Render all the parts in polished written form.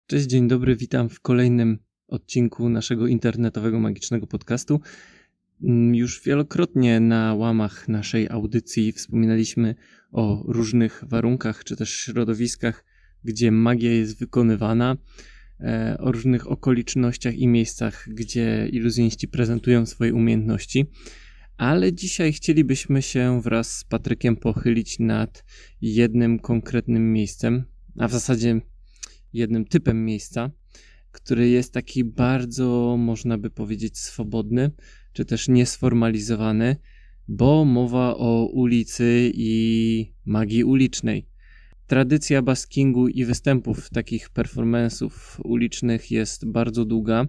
Cześć, dzień dobry, witam w kolejnym odcinku naszego internetowego magicznego podcastu. Już wielokrotnie na łamach naszej audycji wspominaliśmy o różnych warunkach czy też środowiskach, gdzie magia jest wykonywana, o różnych okolicznościach i miejscach, gdzie iluzjoniści prezentują swoje umiejętności. Ale dzisiaj chcielibyśmy się wraz z Patrykiem pochylić nad jednym konkretnym miejscem, a w zasadzie jednym typem miejsca, który jest taki bardzo, można by powiedzieć, swobodny, czy też niesformalizowany, bo mowa o ulicy i magii ulicznej. Tradycja buskingu i występów takich performance'ów ulicznych jest bardzo długa,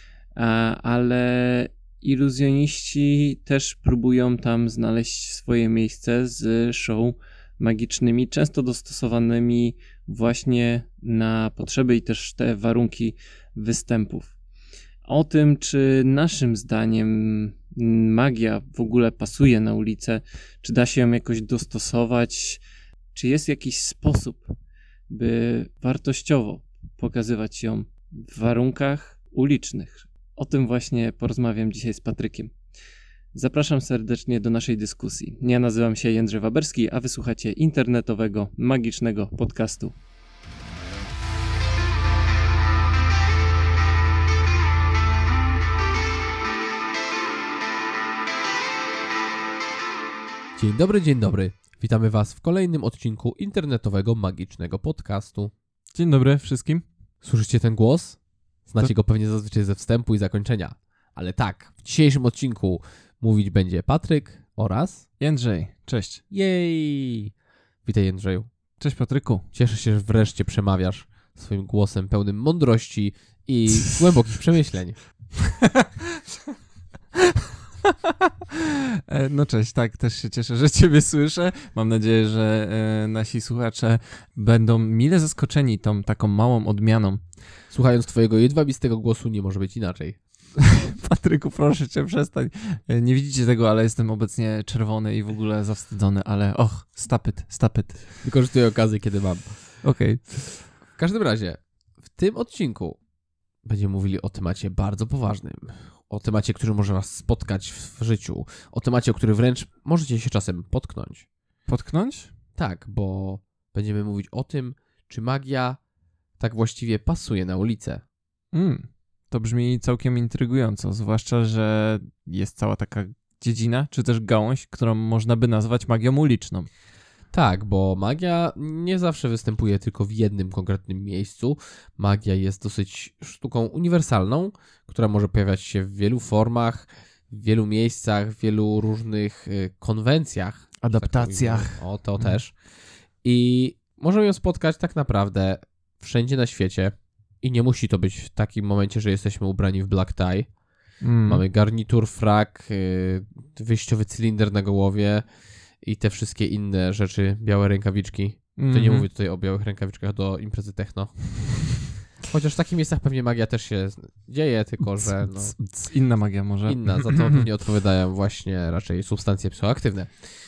ale iluzjoniści też próbują tam znaleźć swoje miejsce z show magicznymi, często dostosowanymi właśnie na potrzeby i też te warunki występów. O tym, czy naszym zdaniem magia w ogóle pasuje na ulicę, czy da się ją jakoś dostosować, czy jest jakiś sposób, by wartościowo pokazywać ją w warunkach ulicznych. O tym właśnie porozmawiam dzisiaj z Patrykiem. Zapraszam serdecznie do naszej dyskusji. Ja nazywam się Jędrzej Waberski, a wysłuchacie internetowego, magicznego podcastu. Dzień dobry, dzień dobry. Witamy Was w kolejnym odcinku internetowego, magicznego podcastu. Dzień dobry wszystkim. Słyszycie ten głos? Znacie go pewnie zazwyczaj ze wstępu i zakończenia. Ale tak, w dzisiejszym odcinku mówić będzie Patryk oraz Jędrzej, cześć. Jej! Witaj, Jędrzeju. Cześć, Patryku. Cieszę się, że wreszcie przemawiasz swoim głosem pełnym mądrości i głębokich przemyśleń. No cześć, tak, też się cieszę, że Ciebie słyszę. Mam nadzieję, że nasi słuchacze będą mile zaskoczeni tą taką małą odmianą. Słuchając Twojego jedwabistego głosu nie może być inaczej. Patryku, proszę Cię, przestań. Nie widzicie tego, ale jestem obecnie czerwony i w ogóle zawstydzony, ale stop it. Wykorzystuję okazję, kiedy mam. Okej. W każdym razie, w tym odcinku będziemy mówili o temacie bardzo poważnym. O temacie, który może Was spotkać w życiu. O temacie, o który wręcz możecie się czasem potknąć. Potknąć? Tak, bo będziemy mówić o tym, czy magia tak właściwie pasuje na ulicę. To brzmi całkiem intrygująco, zwłaszcza, że jest cała taka dziedzina, czy też gałąź, którą można by nazwać magią uliczną. Tak, bo magia nie zawsze występuje tylko w jednym konkretnym miejscu. Magia jest dosyć sztuką uniwersalną, która może pojawiać się w wielu formach, w wielu miejscach, w wielu różnych konwencjach. Adaptacjach. Tak, to też. I możemy ją spotkać tak naprawdę wszędzie na świecie. I nie musi to być w takim momencie, że jesteśmy ubrani w black tie. Mamy garnitur, frak, wyjściowy cylinder na głowie i te wszystkie inne rzeczy, białe rękawiczki. To nie mówię tutaj o białych rękawiczkach do imprezy techno. Chociaż w takich miejscach pewnie magia też się dzieje, tylko że... Inna magia może. Inna, za to pewnie odpowiadają właśnie raczej substancje psychoaktywne.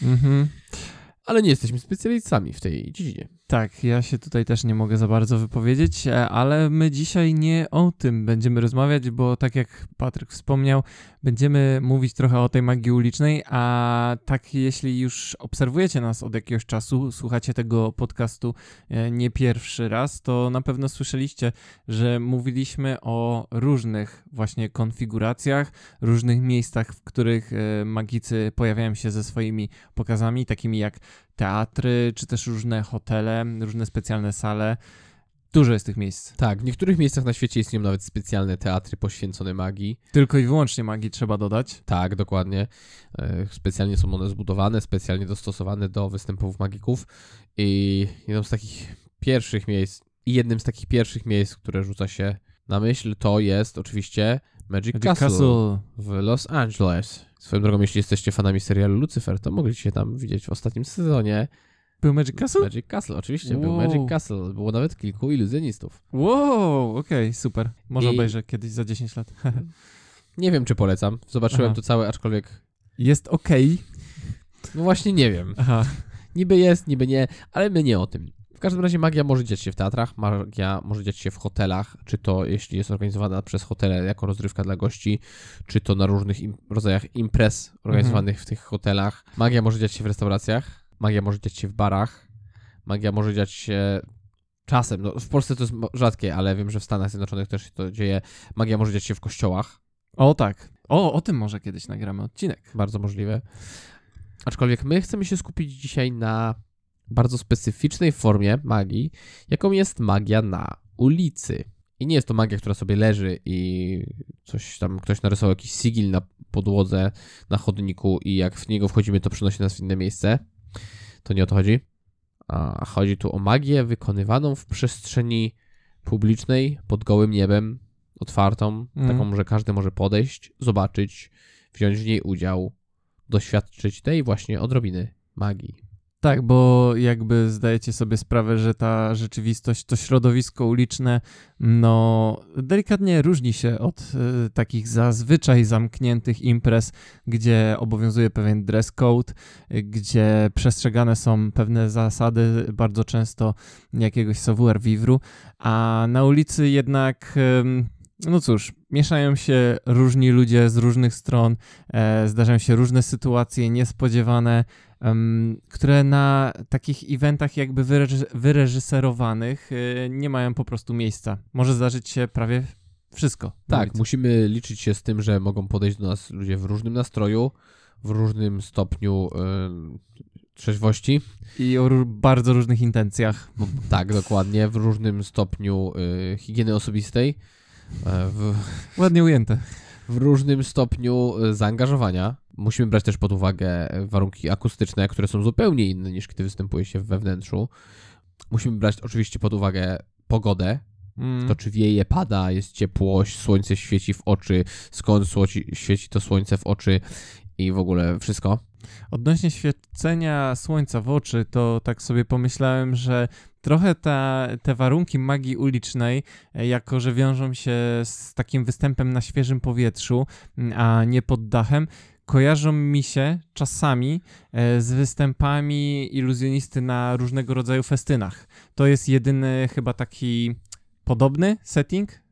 Ale nie jesteśmy specjalistami w tej dziedzinie. Tak, ja się tutaj też nie mogę za bardzo wypowiedzieć, ale my dzisiaj nie o tym będziemy rozmawiać, bo tak jak Patryk wspomniał, będziemy mówić trochę o tej magii ulicznej, a tak jeśli już obserwujecie nas od jakiegoś czasu, słuchacie tego podcastu nie pierwszy raz, to na pewno słyszeliście, że mówiliśmy o różnych właśnie konfiguracjach, różnych miejscach, w których magicy pojawiają się ze swoimi pokazami, takimi jak teatry, czy też różne hotele, różne specjalne sale. Dużo jest tych miejsc. Tak, w niektórych miejscach na świecie istnieją nawet specjalne teatry poświęcone magii. Tylko i wyłącznie magii trzeba dodać. Tak, dokładnie. Specjalnie są one zbudowane, specjalnie dostosowane do występów magików. I jednym z takich pierwszych miejsc, które rzuca się na myśl, to jest oczywiście Magic Castle w Los Angeles. Swoją drogą, jeśli jesteście fanami serialu Lucifer, to mogliście tam widzieć w ostatnim sezonie. Był Magic Castle? Magic Castle, oczywiście, był Magic Castle. Było nawet kilku iluzjonistów. Wow, okej, super. Może obejrzę kiedyś za 10 lat. Nie wiem, czy polecam. Zobaczyłem to całe, aczkolwiek... Jest okej. No właśnie nie wiem. Aha. Niby jest, niby nie, ale my nie o tym. W każdym razie magia może dziać się w teatrach, magia może dziać się w hotelach, czy to jeśli jest organizowana przez hotele jako rozrywka dla gości, czy to na różnych rodzajach imprez organizowanych w tych hotelach. Magia może dziać się w restauracjach, magia może dziać się w barach, magia może dziać się czasem, no w Polsce to jest rzadkie, ale wiem, że w Stanach Zjednoczonych też się to dzieje. Magia może dziać się w kościołach. O tak. O tym może kiedyś nagramy odcinek. Bardzo możliwe. Aczkolwiek my chcemy się skupić dzisiaj na bardzo specyficznej formie magii, jaką jest magia na ulicy. I nie jest to magia, która sobie leży i coś tam, ktoś narysował jakiś sigil na podłodze, na chodniku i jak w niego wchodzimy, to przenosi nas w inne miejsce. To nie o to chodzi. A chodzi tu o magię wykonywaną w przestrzeni publicznej, pod gołym niebem, otwartą, taką, że każdy może podejść, zobaczyć, wziąć w niej udział, doświadczyć tej właśnie odrobiny magii. Tak, bo jakby zdajecie sobie sprawę, że ta rzeczywistość, to środowisko uliczne, no delikatnie różni się od takich zazwyczaj zamkniętych imprez, gdzie obowiązuje pewien dress code, gdzie przestrzegane są pewne zasady, bardzo często jakiegoś savoir vivre, a na ulicy jednak... No cóż, mieszają się różni ludzie z różnych stron, zdarzają się różne sytuacje niespodziewane, które na takich eventach jakby wyreżyserowanych nie mają po prostu miejsca. Może zdarzyć się prawie wszystko. Tak, musimy liczyć się z tym, że mogą podejść do nas ludzie w różnym nastroju, w różnym stopniu trzeźwości. I o bardzo różnych intencjach. Tak, dokładnie, w różnym stopniu higieny osobistej. Ładnie ujęte. W różnym stopniu zaangażowania. Musimy brać też pod uwagę warunki akustyczne, które są zupełnie inne niż gdy występuje się we wnętrzu. Musimy brać oczywiście pod uwagę pogodę. To czy wieje, pada, jest ciepło, słońce świeci w oczy, skąd świeci to słońce w oczy i w ogóle wszystko. Odnośnie świecenia słońca w oczy, to tak sobie pomyślałem, że trochę te warunki magii ulicznej, jako że wiążą się z takim występem na świeżym powietrzu, a nie pod dachem, kojarzą mi się czasami z występami iluzjonisty na różnego rodzaju festynach. To jest jedyny chyba taki podobny setting,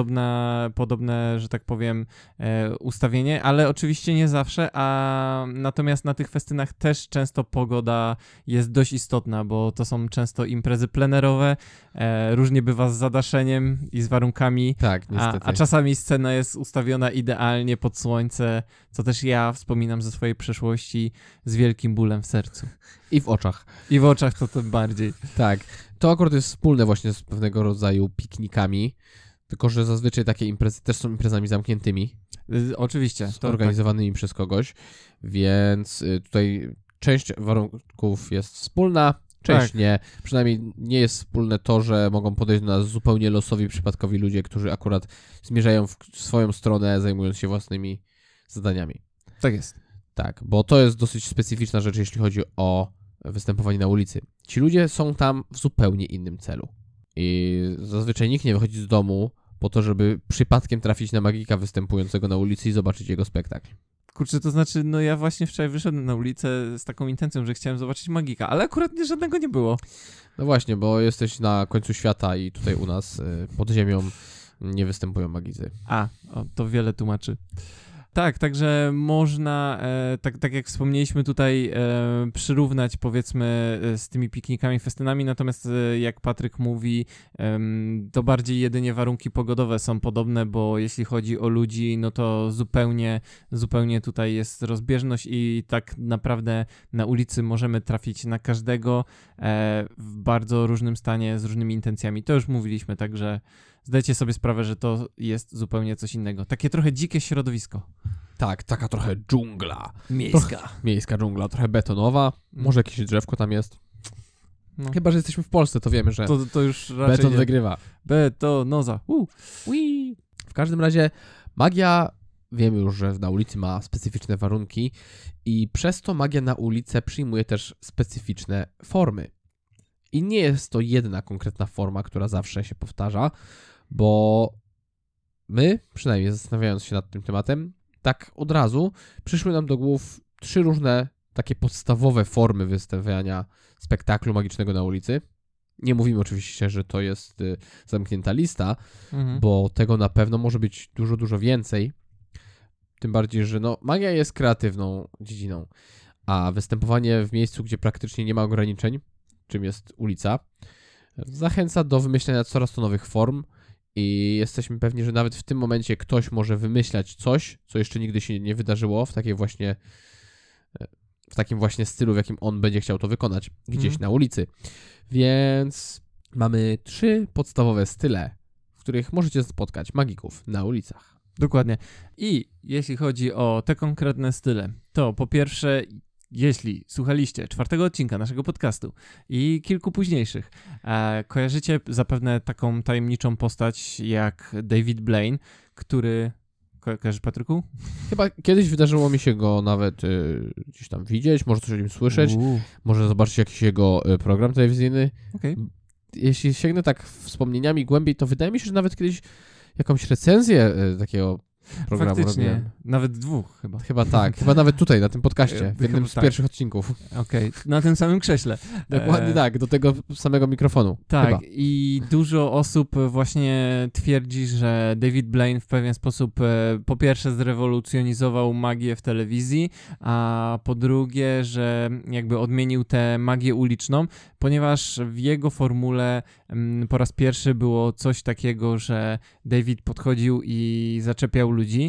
podobne, że tak powiem, ustawienie, ale oczywiście nie zawsze, a natomiast na tych festynach też często pogoda jest dość istotna, bo to są często imprezy plenerowe, różnie bywa z zadaszeniem i z warunkami, tak, niestety. A czasami scena jest ustawiona idealnie pod słońce, co też ja wspominam ze swojej przeszłości z wielkim bólem w sercu. I w oczach. I w oczach to tym bardziej. Tak, to akurat jest wspólne właśnie z pewnego rodzaju piknikami, tylko że zazwyczaj takie imprezy też są imprezami zamkniętymi. Oczywiście. To organizowanymi przez kogoś, więc tutaj część warunków jest wspólna, część nie. Przynajmniej nie jest wspólne to, że mogą podejść do nas zupełnie losowi, przypadkowi ludzie, którzy akurat zmierzają w swoją stronę, zajmując się własnymi zadaniami. Tak jest. Tak, bo to jest dosyć specyficzna rzecz, jeśli chodzi o występowanie na ulicy. Ci ludzie są tam w zupełnie innym celu. I zazwyczaj nikt nie wychodzi z domu po to, żeby przypadkiem trafić na magika występującego na ulicy i zobaczyć jego spektakl. Kurczę, to znaczy, no ja właśnie wczoraj wyszedłem na ulicę z taką intencją, że chciałem zobaczyć magika, ale akurat żadnego nie było. No właśnie, bo jesteś na końcu świata i tutaj u nas pod ziemią nie występują magicy. To wiele tłumaczy. Tak, także można, tak jak wspomnieliśmy tutaj, przyrównać powiedzmy z tymi piknikami, festynami, natomiast jak Patryk mówi, to bardziej jedynie warunki pogodowe są podobne, bo jeśli chodzi o ludzi, no to zupełnie tutaj jest rozbieżność i tak naprawdę na ulicy możemy trafić na każdego w bardzo różnym stanie, z różnymi intencjami. To już mówiliśmy, także zdajcie sobie sprawę, że to jest zupełnie coś innego. Takie trochę dzikie środowisko. Tak, taka trochę dżungla. Miejska Miejska dżungla, trochę betonowa. Może jakieś drzewko tam jest. No. Chyba, że jesteśmy w Polsce, to wiemy, że to już raczej beton wygrywa. Betonoza. W każdym razie magia, wiemy już, że na ulicy ma specyficzne warunki i przez to magia na ulicę przyjmuje też specyficzne formy. I nie jest to jedna konkretna forma, która zawsze się powtarza, bo my, przynajmniej zastanawiając się nad tym tematem, tak od razu przyszły nam do głów 3 różne takie podstawowe formy wystawiania spektaklu magicznego na ulicy. Nie mówimy oczywiście, że to jest zamknięta lista, bo tego na pewno może być dużo, dużo więcej. Tym bardziej, że magia jest kreatywną dziedziną, a występowanie w miejscu, gdzie praktycznie nie ma ograniczeń, czym jest ulica, zachęca do wymyślania coraz to nowych form i jesteśmy pewni, że nawet w tym momencie ktoś może wymyślać coś, co jeszcze nigdy się nie wydarzyło w takim właśnie stylu, w jakim on będzie chciał to wykonać gdzieś na ulicy. Więc mamy 3 podstawowe style, w których możecie spotkać magików na ulicach. Dokładnie. I jeśli chodzi o te konkretne style, to po pierwsze, jeśli słuchaliście 4. odcinka naszego podcastu i kilku późniejszych, kojarzycie zapewne taką tajemniczą postać jak David Blaine, który... Kojarzysz, Patryku? Chyba kiedyś wydarzyło mi się go nawet gdzieś tam widzieć, może coś o nim słyszeć, może zobaczyć jakiś jego program telewizyjny. Okay. Jeśli sięgnę tak wspomnieniami głębiej, to wydaje mi się, że nawet kiedyś jakąś recenzję takiego programu robiłem. Nawet 2 chyba. Chyba tak, chyba nawet tutaj, na tym podcaście, w jednym z pierwszych odcinków. Okej, na tym samym krześle. Dokładnie tak, do tego samego mikrofonu. Tak, chyba. I dużo osób właśnie twierdzi, że David Blaine w pewien sposób po pierwsze zrewolucjonizował magię w telewizji, a po drugie, że jakby odmienił tę magię uliczną, ponieważ w jego formule po raz pierwszy było coś takiego, że David podchodził i zaczepiał ludzi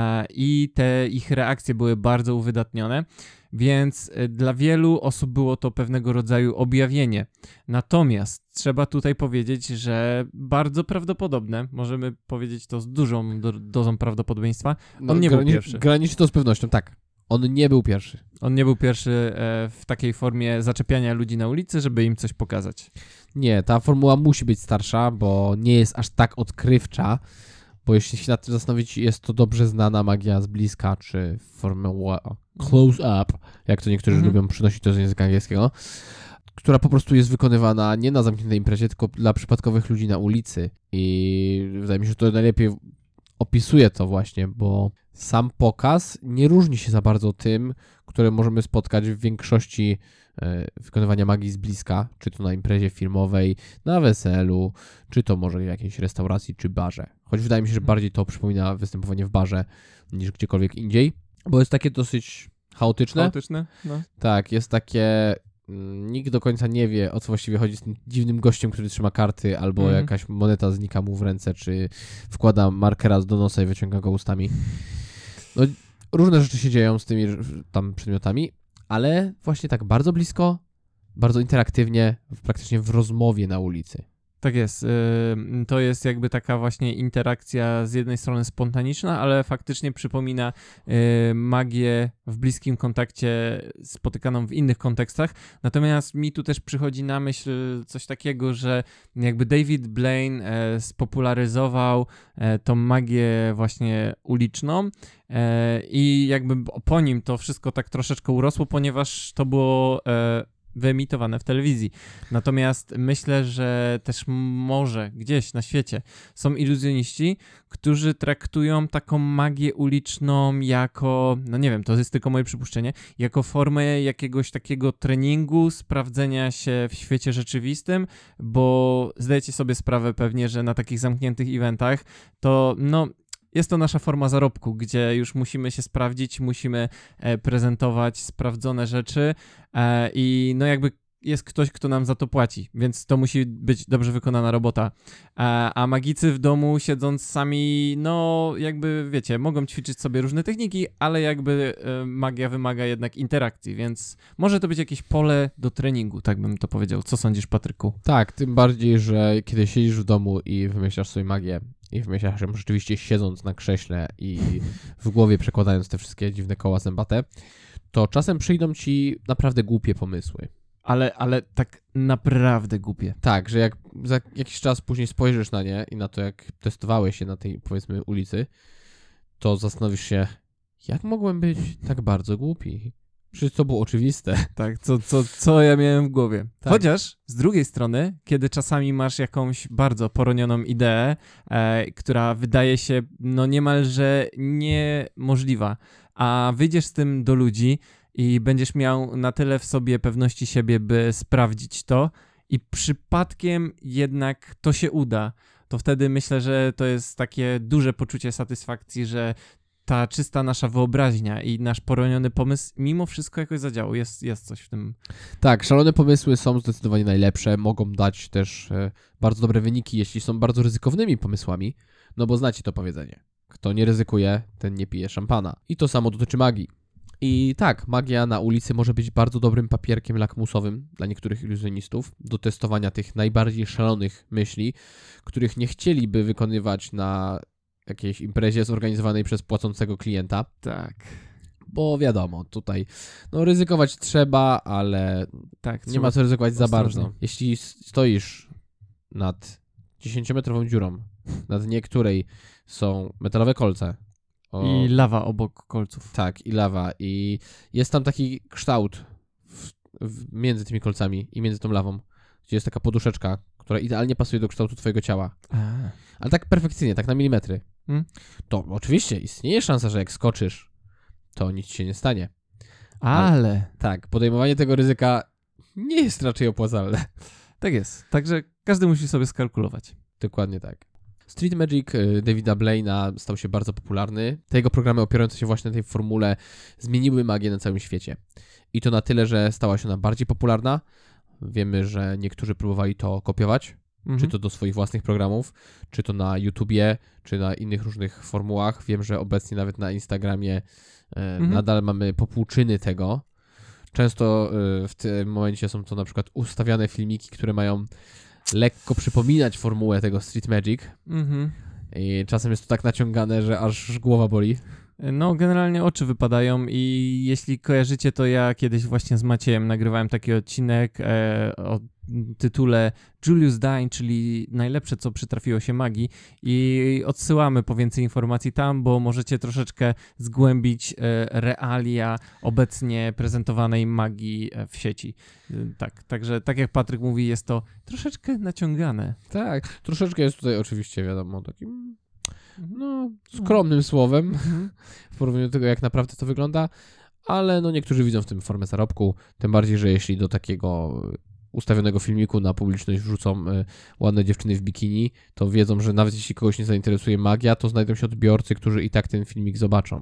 i te ich reakcje były bardzo uwydatnione, więc dla wielu osób było to pewnego rodzaju objawienie. Natomiast trzeba tutaj powiedzieć, że bardzo prawdopodobne, możemy powiedzieć to z dużą dozą prawdopodobieństwa, on nie był pierwszy. Graniczy to z pewnością, tak. On nie był pierwszy. On nie był pierwszy w takiej formie zaczepiania ludzi na ulicy, żeby im coś pokazać. Nie, ta formuła musi być starsza, bo nie jest aż tak odkrywcza, bo jeśli się nad tym zastanowić, jest to dobrze znana magia z bliska, czy formuła close-up, jak to niektórzy lubią przynosić to z języka angielskiego, która po prostu jest wykonywana nie na zamkniętej imprezie, tylko dla przypadkowych ludzi na ulicy. I wydaje mi się, że to najlepiej opisuje to właśnie, bo sam pokaz nie różni się za bardzo tym, które możemy spotkać w większości wykonywania magii z bliska, czy to na imprezie filmowej, na weselu, czy to może w jakiejś restauracji, czy barze. Choć wydaje mi się, że bardziej to przypomina występowanie w barze niż gdziekolwiek indziej, bo jest takie dosyć chaotyczne. Chaotyczne? No. Tak, jest takie... Nikt do końca nie wie, o co właściwie chodzi z tym dziwnym gościem, który trzyma karty, albo jakaś moneta znika mu w ręce, czy wkłada markera do nosa i wyciąga go ustami. No, różne rzeczy się dzieją z tymi tam przedmiotami, ale właśnie tak bardzo blisko, bardzo interaktywnie, praktycznie w rozmowie na ulicy. Tak jest. To jest jakby taka właśnie interakcja z jednej strony spontaniczna, ale faktycznie przypomina magię w bliskim kontakcie spotykaną w innych kontekstach. Natomiast mi tu też przychodzi na myśl coś takiego, że jakby David Blaine spopularyzował tą magię właśnie uliczną i jakby po nim to wszystko tak troszeczkę urosło, ponieważ to było wyemitowane w telewizji. Natomiast myślę, że też może gdzieś na świecie są iluzjoniści, którzy traktują taką magię uliczną jako, no nie wiem, to jest tylko moje przypuszczenie, jako formę jakiegoś takiego treningu, sprawdzenia się w świecie rzeczywistym, bo zdajecie sobie sprawę pewnie, że na takich zamkniętych eventach to jest to nasza forma zarobku, gdzie już musimy się sprawdzić, musimy prezentować sprawdzone rzeczy i no jakby jest ktoś, kto nam za to płaci, więc to musi być dobrze wykonana robota. A magicy w domu siedząc sami, no jakby wiecie, mogą ćwiczyć sobie różne techniki, ale jakby magia wymaga jednak interakcji, więc może to być jakieś pole do treningu, tak bym to powiedział. Co sądzisz, Patryku? Tak, tym bardziej, że kiedy siedzisz w domu i wymyślasz sobie magię, i wymyślasz, że rzeczywiście siedząc na krześle i w głowie przekładając te wszystkie dziwne koła zębate, to czasem przyjdą ci naprawdę głupie pomysły. Ale tak naprawdę głupie. Tak, że jak za jakiś czas później spojrzysz na nie i na to, jak testowałeś się na tej, powiedzmy, ulicy, to zastanowisz się, jak mogłem być tak bardzo głupi? Przecież to było oczywiste. Tak, co ja miałem w głowie. Tak. Chociaż z drugiej strony, kiedy czasami masz jakąś bardzo poronioną ideę, która wydaje się no niemalże niemożliwa, a wyjdziesz z tym do ludzi i będziesz miał na tyle w sobie pewności siebie, by sprawdzić to i przypadkiem jednak to się uda, to wtedy myślę, że to jest takie duże poczucie satysfakcji, że ta czysta nasza wyobraźnia i nasz poroniony pomysł mimo wszystko jakoś zadziałał. Jest coś w tym. Tak, szalone pomysły są zdecydowanie najlepsze, mogą dać też bardzo dobre wyniki, jeśli są bardzo ryzykownymi pomysłami, no bo znacie to powiedzenie. Kto nie ryzykuje, ten nie pije szampana. I to samo dotyczy magii. I tak, magia na ulicy może być bardzo dobrym papierkiem lakmusowym dla niektórych iluzjonistów do testowania tych najbardziej szalonych myśli, których nie chcieliby wykonywać na jakiejś imprezie zorganizowanej przez płacącego klienta. Tak. Bo wiadomo, tutaj ryzykować trzeba, ale Tak, nie ma co ryzykować za ostrożnie. bardzo. Jeśli stoisz nad 10-metrową dziurą, na dnie której są metalowe kolce, I lawa obok kolców. tak, i lawa, i jest tam taki kształt między tymi kolcami i między tą lawą, gdzie jest taka poduszeczka, która idealnie pasuje do kształtu twojego ciała. Ale tak perfekcyjnie, tak na milimetry. To oczywiście istnieje szansa, że jak skoczysz, to nic ci się nie stanie. Ale Tak, podejmowanie tego ryzyka nie jest raczej opłacalne. tak jest. Także każdy musi sobie skalkulować. Dokładnie tak. Street Magic Davida Blaine'a stał się bardzo popularny. Te jego programy opierające się właśnie na tej formule zmieniły magię na całym świecie. I to na tyle, że stała się ona bardziej popularna. Wiemy, że niektórzy próbowali to kopiować, czy to do swoich własnych programów, czy to na YouTubie, czy na innych różnych formułach. Wiem, że obecnie nawet na Instagramie nadal mamy popłuczyny tego. Często w tym momencie są to na przykład ustawiane filmiki, które mają lekko przypominać formułę tego Street Magic. I czasem jest to tak naciągane, że aż głowa boli. No, generalnie oczy wypadają i jeśli kojarzycie, to ja kiedyś właśnie z Maciejem nagrywałem taki odcinek o tytule Julius Dine, czyli najlepsze, co przytrafiło się magii, i odsyłamy po więcej informacji tam, bo możecie troszeczkę zgłębić realia obecnie prezentowanej magii w sieci. Tak, także tak jak Patryk mówi, jest to troszeczkę naciągane. Tak, troszeczkę jest tutaj oczywiście, wiadomo, takim skromnym słowem w porównaniu do tego, jak naprawdę to wygląda, ale niektórzy widzą w tym formę zarobku, tym bardziej, że jeśli do takiego ustawionego filmiku na publiczność wrzucą ładne dziewczyny w bikini, to wiedzą, że nawet jeśli kogoś nie zainteresuje magia, to znajdą się odbiorcy, którzy i tak ten filmik zobaczą.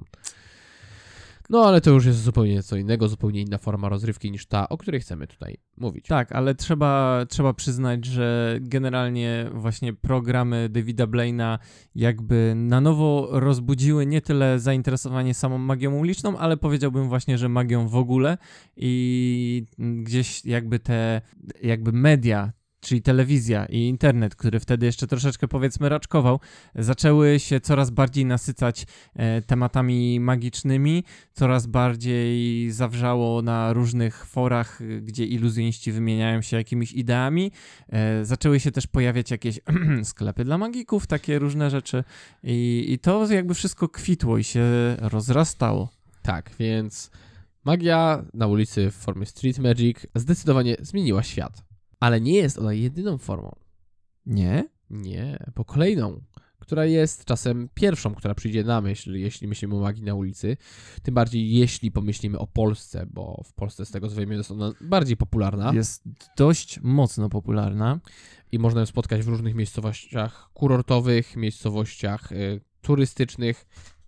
No ale to już jest zupełnie co innego, zupełnie inna forma rozrywki niż ta, o której chcemy tutaj mówić. Tak, ale trzeba przyznać, że generalnie właśnie programy Davida Blaine'a jakby na nowo rozbudziły nie tyle zainteresowanie samą magią uliczną, ale powiedziałbym właśnie, że magią w ogóle i gdzieś jakby media, czyli telewizja i internet, który wtedy jeszcze troszeczkę powiedzmy raczkował, zaczęły się coraz bardziej nasycać tematami magicznymi, coraz bardziej zawrzało na różnych forach, gdzie iluzjoniści wymieniają się jakimiś ideami. Zaczęły się też pojawiać jakieś sklepy dla magików, takie różne rzeczy i to jakby wszystko kwitło i się rozrastało. Tak, więc magia na ulicy w formie Street Magic zdecydowanie zmieniła świat. Ale nie jest ona jedyną formą. Nie? Nie, bo kolejną, która jest czasem pierwszą, która przyjdzie na myśl, jeśli myślimy o magii na ulicy. Tym bardziej, jeśli pomyślimy o Polsce, bo w Polsce z tego co wiemy jest ona bardziej popularna. Jest dość mocno popularna. I można ją spotkać w różnych miejscowościach kurortowych, miejscowościach turystycznych.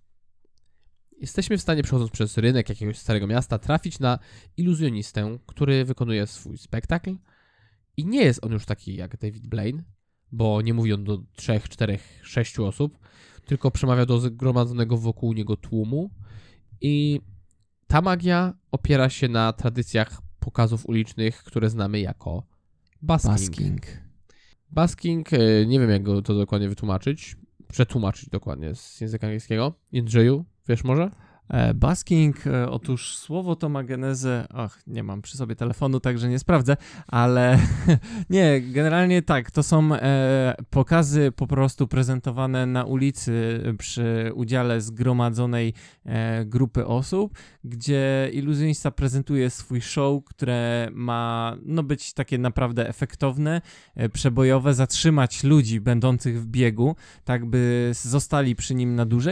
Jesteśmy w stanie, przechodząc przez rynek jakiegoś starego miasta, trafić na iluzjonistę, który wykonuje swój spektakl. I nie jest on już taki jak David Blaine, bo nie mówi on do 3, 4, 6 osób, tylko przemawia do zgromadzonego wokół niego tłumu. I ta magia opiera się na tradycjach pokazów ulicznych, które znamy jako busking. Busking, nie wiem jak go to dokładnie przetłumaczyć dokładnie z języka angielskiego. Jędrzeju, wiesz może? Busking, otóż słowo to ma genezę, nie mam przy sobie telefonu, także nie sprawdzę, ale nie, generalnie tak, to są pokazy po prostu prezentowane na ulicy przy udziale zgromadzonej grupy osób, gdzie iluzjonista prezentuje swój show, które ma być takie naprawdę efektowne, przebojowe, zatrzymać ludzi będących w biegu, tak by zostali przy nim na dłużej.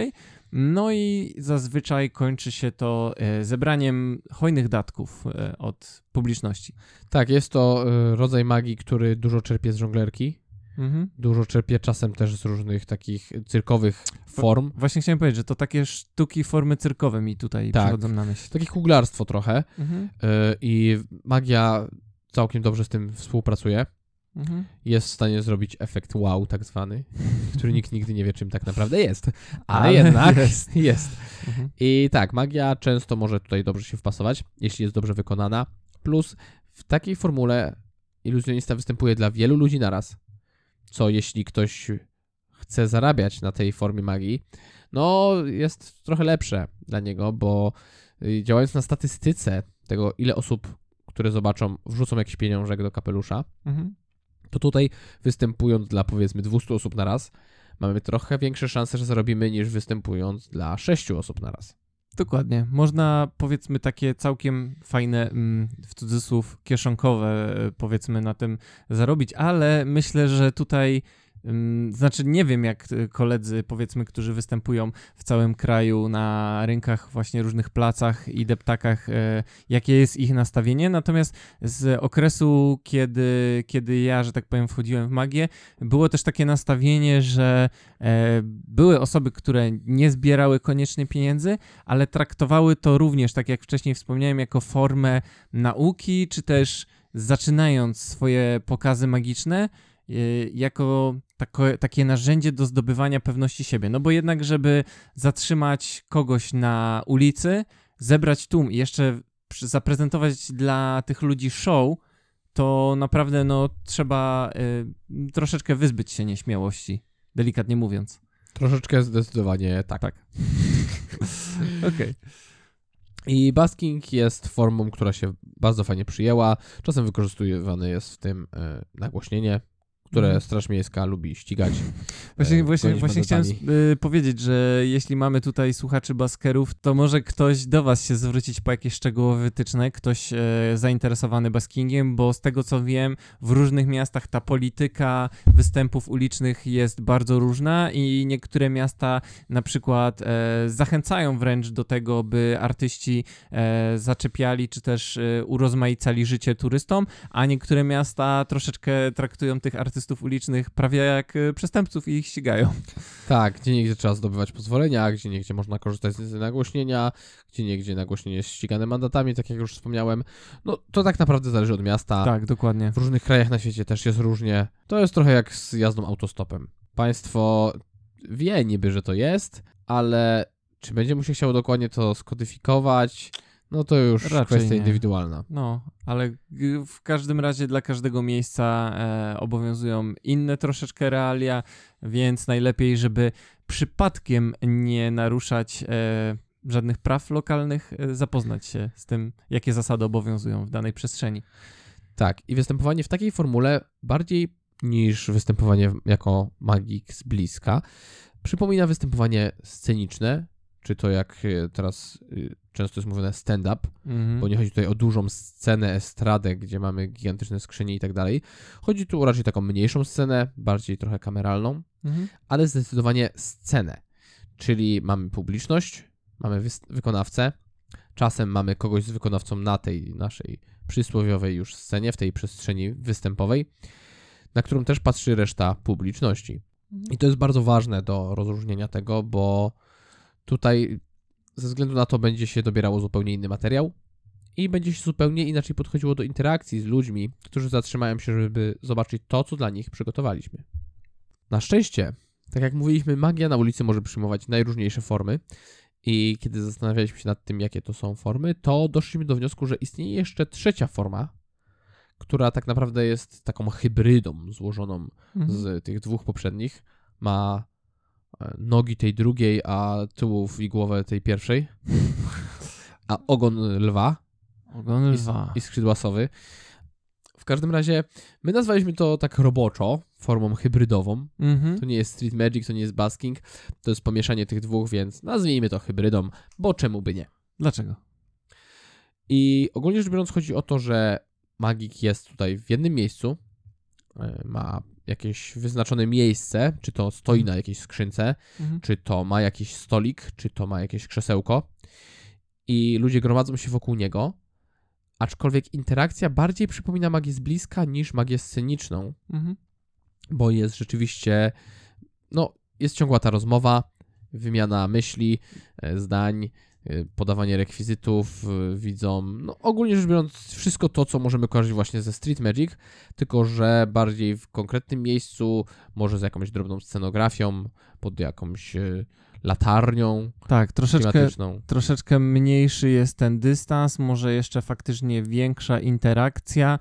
No i zazwyczaj kończy się to zebraniem hojnych datków od publiczności. Tak, jest to rodzaj magii, który dużo czerpie z żonglerki. Dużo czerpie czasem też z różnych takich cyrkowych form. Właśnie chciałem powiedzieć, że to takie sztuki, formy cyrkowe mi tutaj przychodzą na myśl. Takie kuglarstwo trochę i magia całkiem dobrze z tym współpracuje. Jest w stanie zrobić efekt wow tak zwany, który nikt nigdy nie wie, czym tak naprawdę jest. Ale jednak jest. I tak, magia często może tutaj dobrze się wpasować, jeśli jest dobrze wykonana. Plus w takiej formule iluzjonista występuje dla wielu ludzi naraz. Co jeśli ktoś chce zarabiać na tej formie magii, no jest trochę lepsze dla niego, bo działając na statystyce tego, ile osób, które zobaczą, wrzucą jakiś pieniążek do kapelusza, to tutaj występując dla powiedzmy 200 osób na raz, mamy trochę większe szanse, że zarobimy niż występując dla 6 osób na raz. Dokładnie. Można powiedzmy takie całkiem fajne, w cudzysłów, kieszonkowe powiedzmy na tym zarobić, ale myślę, że tutaj znaczy nie wiem jak koledzy powiedzmy, którzy występują w całym kraju na rynkach właśnie różnych placach i deptakach, jakie jest ich nastawienie, natomiast z okresu, kiedy ja, że tak powiem, wchodziłem w magię, było też takie nastawienie, że były osoby, które nie zbierały koniecznie pieniędzy, ale traktowały to również, tak jak wcześniej wspomniałem, jako formę nauki, czy też zaczynając swoje pokazy magiczne, jako takie narzędzie do zdobywania pewności siebie. No bo jednak, żeby zatrzymać kogoś na ulicy, zebrać tłum i jeszcze zaprezentować dla tych ludzi show, to naprawdę no trzeba troszeczkę wyzbyć się nieśmiałości, delikatnie mówiąc. Troszeczkę zdecydowanie tak. Okej. I basking jest formą, która się bardzo fajnie przyjęła. Czasem wykorzystywane jest w tym nagłośnienie, które Straż Miejska lubi ścigać. Właśnie chciałem powiedzieć, że jeśli mamy tutaj słuchaczy baskerów, to może ktoś do was się zwrócić po jakieś szczegółowe wytyczne, ktoś zainteresowany baskingiem, bo z tego co wiem, w różnych miastach ta polityka występów ulicznych jest bardzo różna i niektóre miasta na przykład zachęcają wręcz do tego, by artyści zaczepiali czy też urozmaicali życie turystom, a niektóre miasta troszeczkę traktują tych artystów ulicznych prawie jak przestępców i ich ścigają. Tak, gdzieniegdzie trzeba zdobywać pozwolenia, gdzieniegdzie można korzystać z nagłośnienia, gdzieniegdzie nagłośnienie jest ścigane mandatami, tak jak już wspomniałem. No to tak naprawdę zależy od miasta. Tak, dokładnie. W różnych krajach na świecie też jest różnie. To jest trochę jak z jazdą autostopem. Państwo wie niby, że to jest, ale czy będzie mu się chciało dokładnie to skodyfikować? No to już raczej kwestia indywidualna. No, ale w każdym razie dla każdego miejsca obowiązują inne troszeczkę realia, więc najlepiej, żeby przypadkiem nie naruszać żadnych praw lokalnych, zapoznać się z tym, jakie zasady obowiązują w danej przestrzeni. Tak, i występowanie w takiej formule bardziej niż występowanie jako magik z bliska przypomina występowanie sceniczne, czy to jak teraz często jest mówione stand-up, bo nie chodzi tutaj o dużą scenę, estradę, gdzie mamy gigantyczne skrzynie i tak dalej. Chodzi tu o raczej taką mniejszą scenę, bardziej trochę kameralną, ale zdecydowanie scenę. Czyli mamy publiczność, mamy wykonawcę, czasem mamy kogoś z wykonawcą na tej naszej przysłowiowej już scenie, w tej przestrzeni występowej, na którą też patrzy reszta publiczności. I to jest bardzo ważne do rozróżnienia tego, bo tutaj ze względu na to będzie się dobierało zupełnie inny materiał i będzie się zupełnie inaczej podchodziło do interakcji z ludźmi, którzy zatrzymają się, żeby zobaczyć to, co dla nich przygotowaliśmy. Na szczęście, tak jak mówiliśmy, magia na ulicy może przyjmować najróżniejsze formy i kiedy zastanawialiśmy się nad tym, jakie to są formy, to doszliśmy do wniosku, że istnieje jeszcze trzecia forma, która tak naprawdę jest taką hybrydą złożoną z tych dwóch poprzednich. Ma nogi tej drugiej, a tyłów i głowę tej pierwszej, a ogon lwa. Ogon lwa. I skrzydła sowy. W każdym razie my nazwaliśmy to tak roboczo, formą hybrydową. To nie jest street magic, to nie jest basking, to jest pomieszanie tych dwóch, więc nazwijmy to hybrydą, bo czemu by nie? Dlaczego? I ogólnie rzecz biorąc chodzi o to, że magik jest tutaj w jednym miejscu, ma jakieś wyznaczone miejsce, czy to stoi na jakiejś skrzynce, czy to ma jakiś stolik, czy to ma jakieś krzesełko i ludzie gromadzą się wokół niego, aczkolwiek interakcja bardziej przypomina magię z bliska niż magię sceniczną, bo jest rzeczywiście, jest ciągła ta rozmowa, wymiana myśli, zdań, podawanie rekwizytów widzom, ogólnie rzecz biorąc wszystko to, co możemy kojarzyć właśnie ze Street Magic, tylko że bardziej w konkretnym miejscu, może z jakąś drobną scenografią, pod jakąś latarnią troszeczkę mniejszy jest ten dystans, może jeszcze faktycznie większa interakcja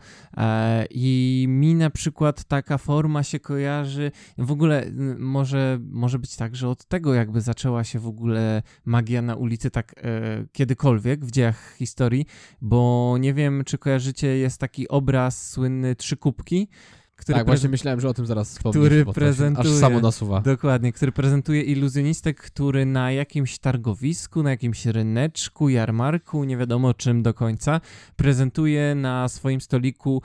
i mi na przykład taka forma się kojarzy, w ogóle może być tak, że od tego jakby zaczęła się w ogóle magia na ulicy tak kiedykolwiek w dziejach historii, bo nie wiem, czy kojarzycie, jest taki obraz słynny Trzy Kubki, właśnie myślałem, że o tym zaraz wspomnisz, bo aż samo nasuwa. Dokładnie, który prezentuje iluzjonistę, który na jakimś targowisku, na jakimś ryneczku, jarmarku, nie wiadomo czym do końca, prezentuje na swoim stoliku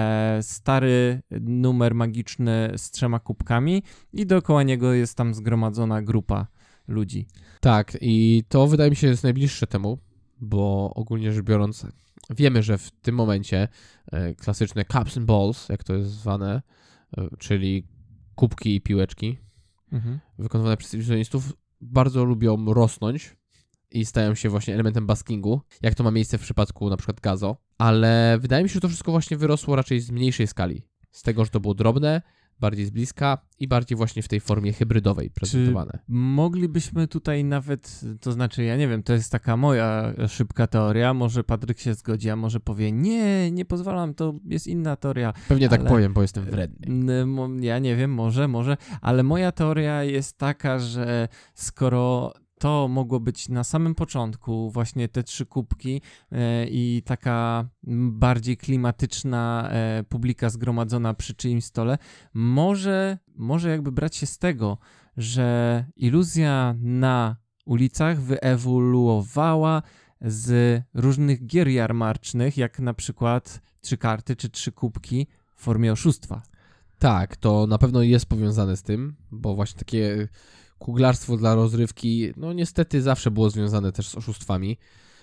stary numer magiczny z 3 kubkami i dookoła niego jest tam zgromadzona grupa ludzi. Tak, i to wydaje mi się jest najbliższe temu, bo ogólnie rzecz biorąc wiemy, że w tym momencie klasyczne cups and balls, jak to jest zwane, czyli kubki i piłeczki wykonywane przez iluzjonistów, bardzo lubią rosnąć i stają się właśnie elementem baskingu, jak to ma miejsce w przypadku na przykład Gazo, ale wydaje mi się, że to wszystko właśnie wyrosło raczej z mniejszej skali, z tego, że to było drobne, bardziej z bliska i bardziej właśnie w tej formie hybrydowej prezentowane. Czy moglibyśmy tutaj nawet, to znaczy ja nie wiem, to jest taka moja szybka teoria, może Patryk się zgodzi, a może powie nie pozwalam, to jest inna teoria. Pewnie tak powiem, bo jestem wredny. Ja nie wiem, może, ale moja teoria jest taka, że skoro to mogło być na samym początku właśnie te 3 kubki i taka bardziej klimatyczna publika zgromadzona przy czyimś stole, może jakby brać się z tego, że iluzja na ulicach wyewoluowała z różnych gier jarmarcznych, jak na przykład 3 karty czy 3 kubki w formie oszustwa. Tak, to na pewno jest powiązane z tym, bo właśnie takie kuglarstwo dla rozrywki, niestety zawsze było związane też z oszustwami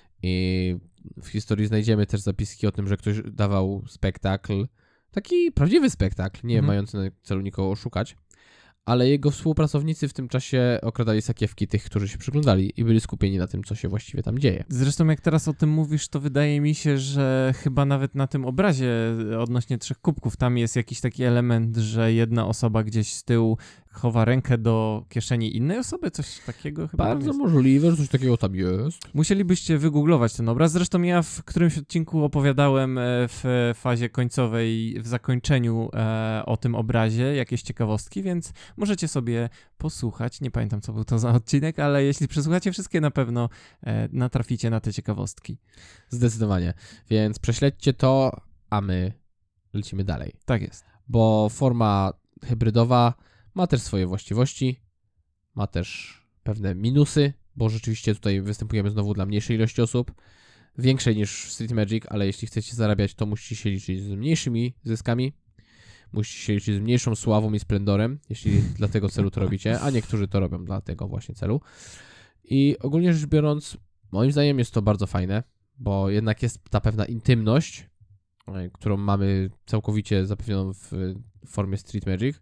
i w historii znajdziemy też zapiski o tym, że ktoś dawał spektakl, taki prawdziwy spektakl, nie mający na celu nikogo oszukać, ale jego współpracownicy w tym czasie okradali sakiewki tych, którzy się przyglądali i byli skupieni na tym, co się właściwie tam dzieje. Zresztą jak teraz o tym mówisz, to wydaje mi się, że chyba nawet na tym obrazie odnośnie 3 kubków tam jest jakiś taki element, że jedna osoba gdzieś z tyłu chowa rękę do kieszeni innej osoby, coś takiego chyba. Bardzo możliwe, że coś takiego tam jest. Musielibyście wygooglować ten obraz. Zresztą ja w którymś odcinku opowiadałem w fazie końcowej, w zakończeniu o tym obrazie, jakieś ciekawostki, więc możecie sobie posłuchać. Nie pamiętam, co był to za odcinek, ale jeśli przesłuchacie wszystkie, na pewno natraficie na te ciekawostki. Zdecydowanie. Więc prześledźcie to, a my lecimy dalej. Tak jest. Bo forma hybrydowa ma też swoje właściwości, ma też pewne minusy, bo rzeczywiście tutaj występujemy znowu dla mniejszej ilości osób, większej niż w Street Magic, ale jeśli chcecie zarabiać, to musicie się liczyć z mniejszymi zyskami, musicie się liczyć z mniejszą sławą i splendorem, jeśli dla tego celu to robicie, a niektórzy to robią dla tego właśnie celu. I ogólnie rzecz biorąc, moim zdaniem jest to bardzo fajne, bo jednak jest ta pewna intymność, którą mamy całkowicie zapewnioną w formie Street Magic,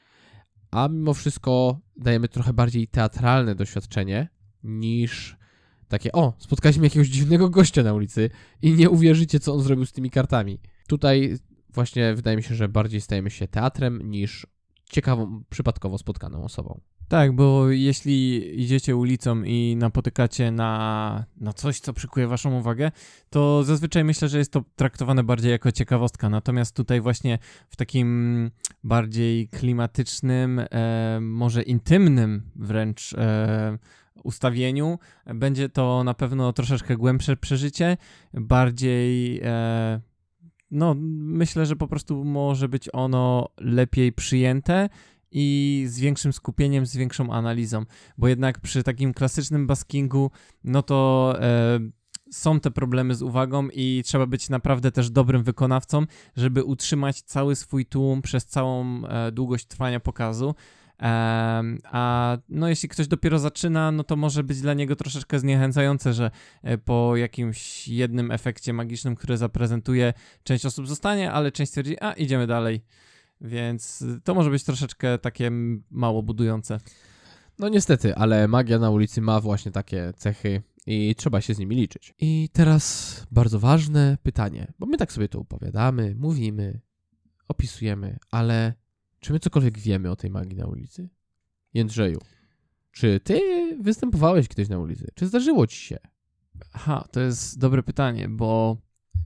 a mimo wszystko dajemy trochę bardziej teatralne doświadczenie niż takie, spotkaliśmy jakiegoś dziwnego gościa na ulicy i nie uwierzycie, co on zrobił z tymi kartami. Tutaj właśnie wydaje mi się, że bardziej stajemy się teatrem niż ciekawą, przypadkowo spotkaną osobą. Tak, bo jeśli idziecie ulicą i napotykacie na coś, co przykuje waszą uwagę, to zazwyczaj myślę, że jest to traktowane bardziej jako ciekawostka. Natomiast tutaj właśnie w takim bardziej klimatycznym, może intymnym wręcz ustawieniu będzie to na pewno troszeczkę głębsze przeżycie, bardziej... myślę, że po prostu może być ono lepiej przyjęte i z większym skupieniem, z większą analizą, bo jednak przy takim klasycznym baskingu, no to są te problemy z uwagą i trzeba być naprawdę też dobrym wykonawcą, żeby utrzymać cały swój tłum przez całą długość trwania pokazu. A no jeśli ktoś dopiero zaczyna, no to może być dla niego troszeczkę zniechęcające, że po jakimś jednym efekcie magicznym, który zaprezentuje, część osób zostanie, ale część stwierdzi, idziemy dalej. Więc to może być troszeczkę takie mało budujące. No niestety, ale magia na ulicy ma właśnie takie cechy i trzeba się z nimi liczyć. I teraz bardzo ważne pytanie, bo my tak sobie to opowiadamy, mówimy, opisujemy, ale czy my cokolwiek wiemy o tej magii na ulicy? Jędrzeju, czy ty występowałeś kiedyś na ulicy? Czy zdarzyło ci się? To jest dobre pytanie, bo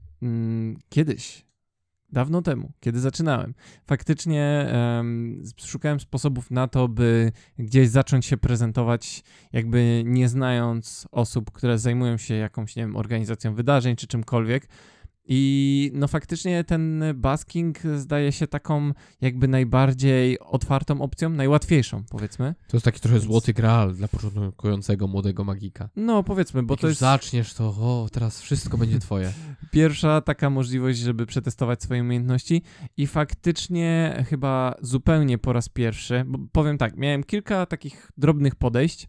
kiedyś, dawno temu, kiedy zaczynałem, faktycznie szukałem sposobów na to, by gdzieś zacząć się prezentować, jakby nie znając osób, które zajmują się jakąś, nie wiem, organizacją wydarzeń czy czymkolwiek. I no faktycznie ten basking zdaje się taką jakby najbardziej otwartą opcją, najłatwiejszą, powiedzmy. To jest taki trochę złoty graal dla początkującego młodego magika. No powiedzmy, bo jak to już jest... zaczniesz, to teraz wszystko będzie twoje. Pierwsza taka możliwość, żeby przetestować swoje umiejętności i faktycznie chyba zupełnie po raz pierwszy, bo powiem tak, miałem kilka takich drobnych podejść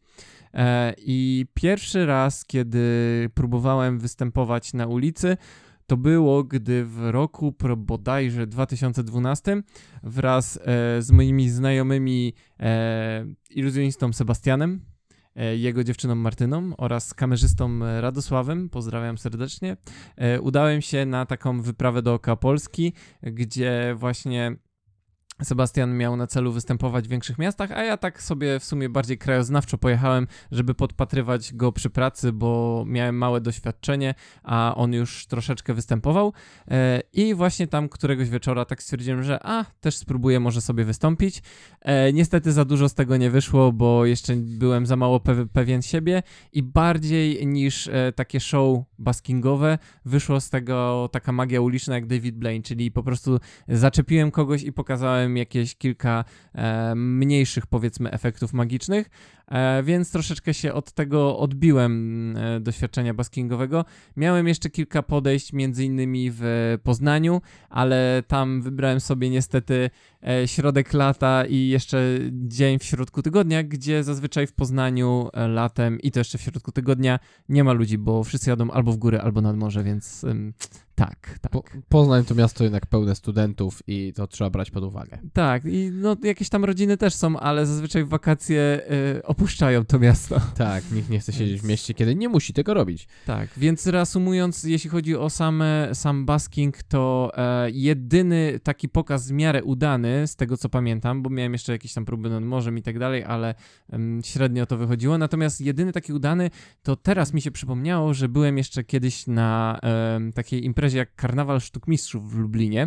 i pierwszy raz, kiedy próbowałem występować na ulicy, to było, gdy w roku bodajże 2012 wraz z moimi znajomymi iluzjonistą Sebastianem, jego dziewczyną Martyną oraz kamerzystą Radosławem, pozdrawiam serdecznie, udałem się na taką wyprawę dookoła Polski, gdzie właśnie Sebastian miał na celu występować w większych miastach, a ja tak sobie w sumie bardziej krajoznawczo pojechałem, żeby podpatrywać go przy pracy, bo miałem małe doświadczenie, a on już troszeczkę występował i właśnie tam któregoś wieczora tak stwierdziłem, że też spróbuję może sobie wystąpić. Niestety za dużo z tego nie wyszło, bo jeszcze byłem za mało pewien siebie i bardziej niż takie show baskingowe wyszło z tego taka magia uliczna jak David Blaine, czyli po prostu zaczepiłem kogoś i pokazałem jakieś kilka mniejszych, powiedzmy, efektów magicznych, więc troszeczkę się od tego odbiłem doświadczenia baskingowego. Miałem jeszcze kilka podejść, między innymi w Poznaniu, ale tam wybrałem sobie niestety środek lata i jeszcze dzień w środku tygodnia, gdzie zazwyczaj w Poznaniu latem i to jeszcze w środku tygodnia nie ma ludzi, bo wszyscy jadą albo w górę, albo nad morze, więc tak. Poznań to miasto jednak pełne studentów i to trzeba brać pod uwagę. Tak, i no jakieś tam rodziny też są, ale zazwyczaj w wakacje opuszczają to miasto. Tak, nikt nie chce siedzieć w mieście, kiedy nie musi tego robić. Tak, więc reasumując, jeśli chodzi o sam basking, to jedyny taki pokaz w miarę udany, z tego co pamiętam, bo miałem jeszcze jakieś tam próby nad morzem i tak dalej, ale średnio to wychodziło, natomiast jedyny taki udany, to teraz mi się przypomniało, że byłem jeszcze kiedyś na takiej imprezie jak Karnawal Sztuk Mistrzów w Lublinie.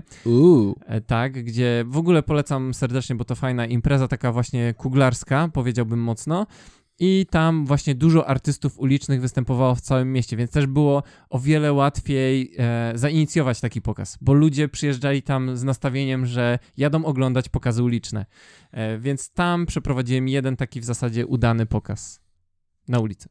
Tak, gdzie w ogóle polecam serdecznie, bo to fajna impreza, taka właśnie kuglarska, powiedziałbym mocno. I tam właśnie dużo artystów ulicznych występowało w całym mieście, więc też było o wiele łatwiej zainicjować taki pokaz, bo ludzie przyjeżdżali tam z nastawieniem, że jadą oglądać pokazy uliczne. Więc tam przeprowadziłem jeden taki w zasadzie udany pokaz na ulicy.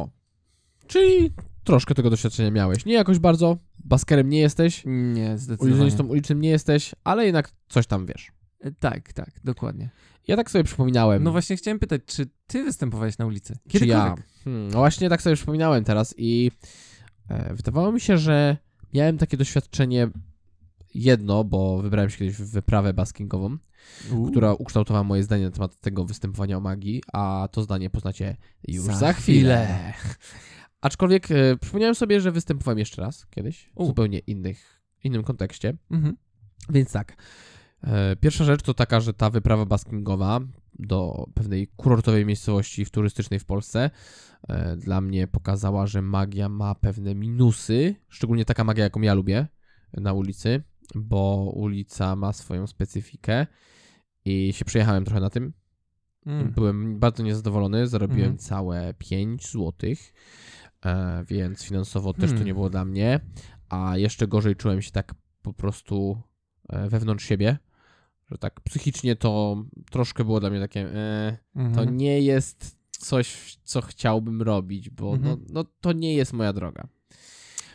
Czyli troszkę tego doświadczenia miałeś. Nie jakoś bardzo, baskerem nie jesteś. Nie, zdecydowanie. Iluzjonistą ulicznym nie jesteś, ale jednak coś tam wiesz. Tak, dokładnie. Ja tak sobie przypominałem. No właśnie chciałem pytać, czy ty występowałeś na ulicy? Czy ja? Kiedykolwiek? No właśnie tak sobie przypominałem teraz i wydawało mi się, że miałem takie doświadczenie jedno, bo wybrałem się kiedyś w wyprawę baskingową, która ukształtowała moje zdanie na temat tego występowania o magii, a to zdanie poznacie już za chwilę. Aczkolwiek przypomniałem sobie, że występowałem jeszcze raz kiedyś, w zupełnie innym kontekście. Więc tak, pierwsza rzecz to taka, że ta wyprawa baskingowa do pewnej kurortowej miejscowości turystycznej w Polsce dla mnie pokazała, że magia ma pewne minusy, szczególnie taka magia, jaką ja lubię na ulicy, bo ulica ma swoją specyfikę i się przejechałem trochę na tym. Byłem bardzo niezadowolony, zarobiłem całe 5 złotych, więc finansowo też to nie było dla mnie, a jeszcze gorzej czułem się tak po prostu wewnątrz siebie, że tak psychicznie to troszkę było dla mnie takie to nie jest coś, co chciałbym robić, bo no to nie jest moja droga.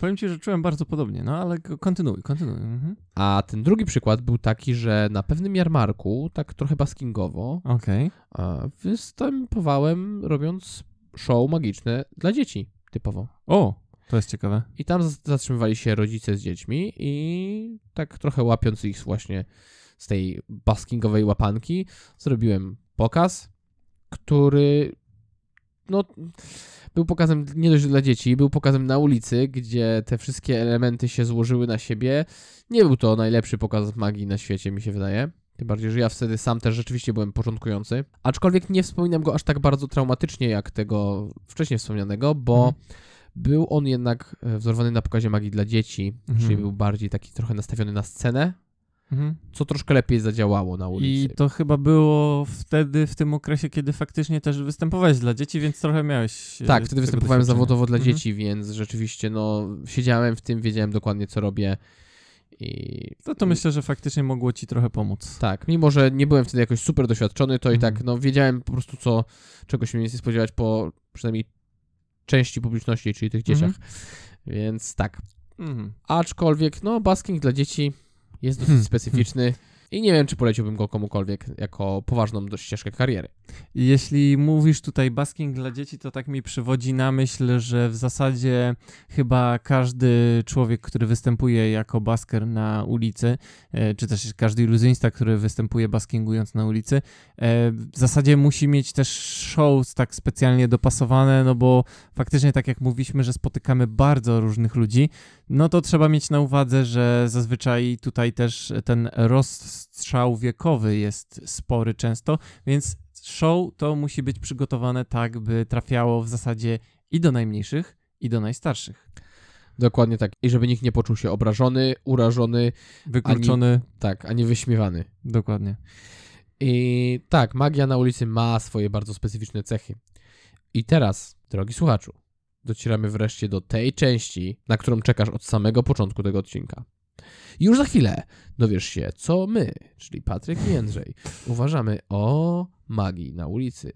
Powiem ci, że czułem bardzo podobnie, no ale kontynuuj. Mhm. A ten drugi przykład był taki, że na pewnym jarmarku, tak trochę baskingowo, Okej. występowałem robiąc show magiczne dla dzieci typowo. O, to jest ciekawe. I tam zatrzymywali się rodzice z dziećmi i tak trochę łapiąc ich właśnie z tej baskingowej łapanki, zrobiłem pokaz, który był pokazem nie dość dla dzieci, był pokazem na ulicy, gdzie te wszystkie elementy się złożyły na siebie. Nie był to najlepszy pokaz magii na świecie, mi się wydaje. Tym bardziej, że ja wtedy sam też rzeczywiście byłem początkujący. Aczkolwiek nie wspominam go aż tak bardzo traumatycznie jak tego wcześniej wspomnianego, bo był on jednak wzorowany na pokazie magii dla dzieci, czyli był bardziej taki trochę nastawiony na scenę, co troszkę lepiej zadziałało na ulicy. I to chyba było wtedy, w tym okresie, kiedy faktycznie też występowałeś dla dzieci, więc trochę miałeś... Tak, wtedy występowałem zawodowo dla dzieci, więc rzeczywiście siedziałem w tym, wiedziałem dokładnie, co robię. To myślę, że faktycznie mogło ci trochę pomóc. Tak, mimo że nie byłem wtedy jakoś super doświadczony, to i tak wiedziałem po prostu czego się mniej więcej spodziewać po przynajmniej części publiczności, czyli tych dzieciach. Więc tak. Aczkolwiek, basking dla dzieci jest dosyć specyficzny i nie wiem, czy poleciłbym go komukolwiek jako poważną ścieżkę kariery. Jeśli mówisz tutaj basking dla dzieci, to tak mi przywodzi na myśl, że w zasadzie chyba każdy człowiek, który występuje jako basker na ulicy, czy też każdy iluzjonista, który występuje baskingując na ulicy, w zasadzie musi mieć też show tak specjalnie dopasowane, no bo faktycznie tak jak mówiliśmy, że spotykamy bardzo różnych ludzi, no to trzeba mieć na uwadze, że zazwyczaj tutaj też ten rozstrzał wiekowy jest spory często, więc show to musi być przygotowane tak, by trafiało w zasadzie i do najmniejszych, i do najstarszych. Dokładnie tak. I żeby nikt nie poczuł się obrażony, urażony, wykluczony. Ani wyśmiewany. Dokładnie. I tak, magia na ulicy ma swoje bardzo specyficzne cechy. I teraz, drogi słuchaczu, docieramy wreszcie do tej części, na którą czekasz od samego początku tego odcinka. Już za chwilę dowiesz się, co my, czyli Patryk i Jędrzej, uważamy o magii na ulicy.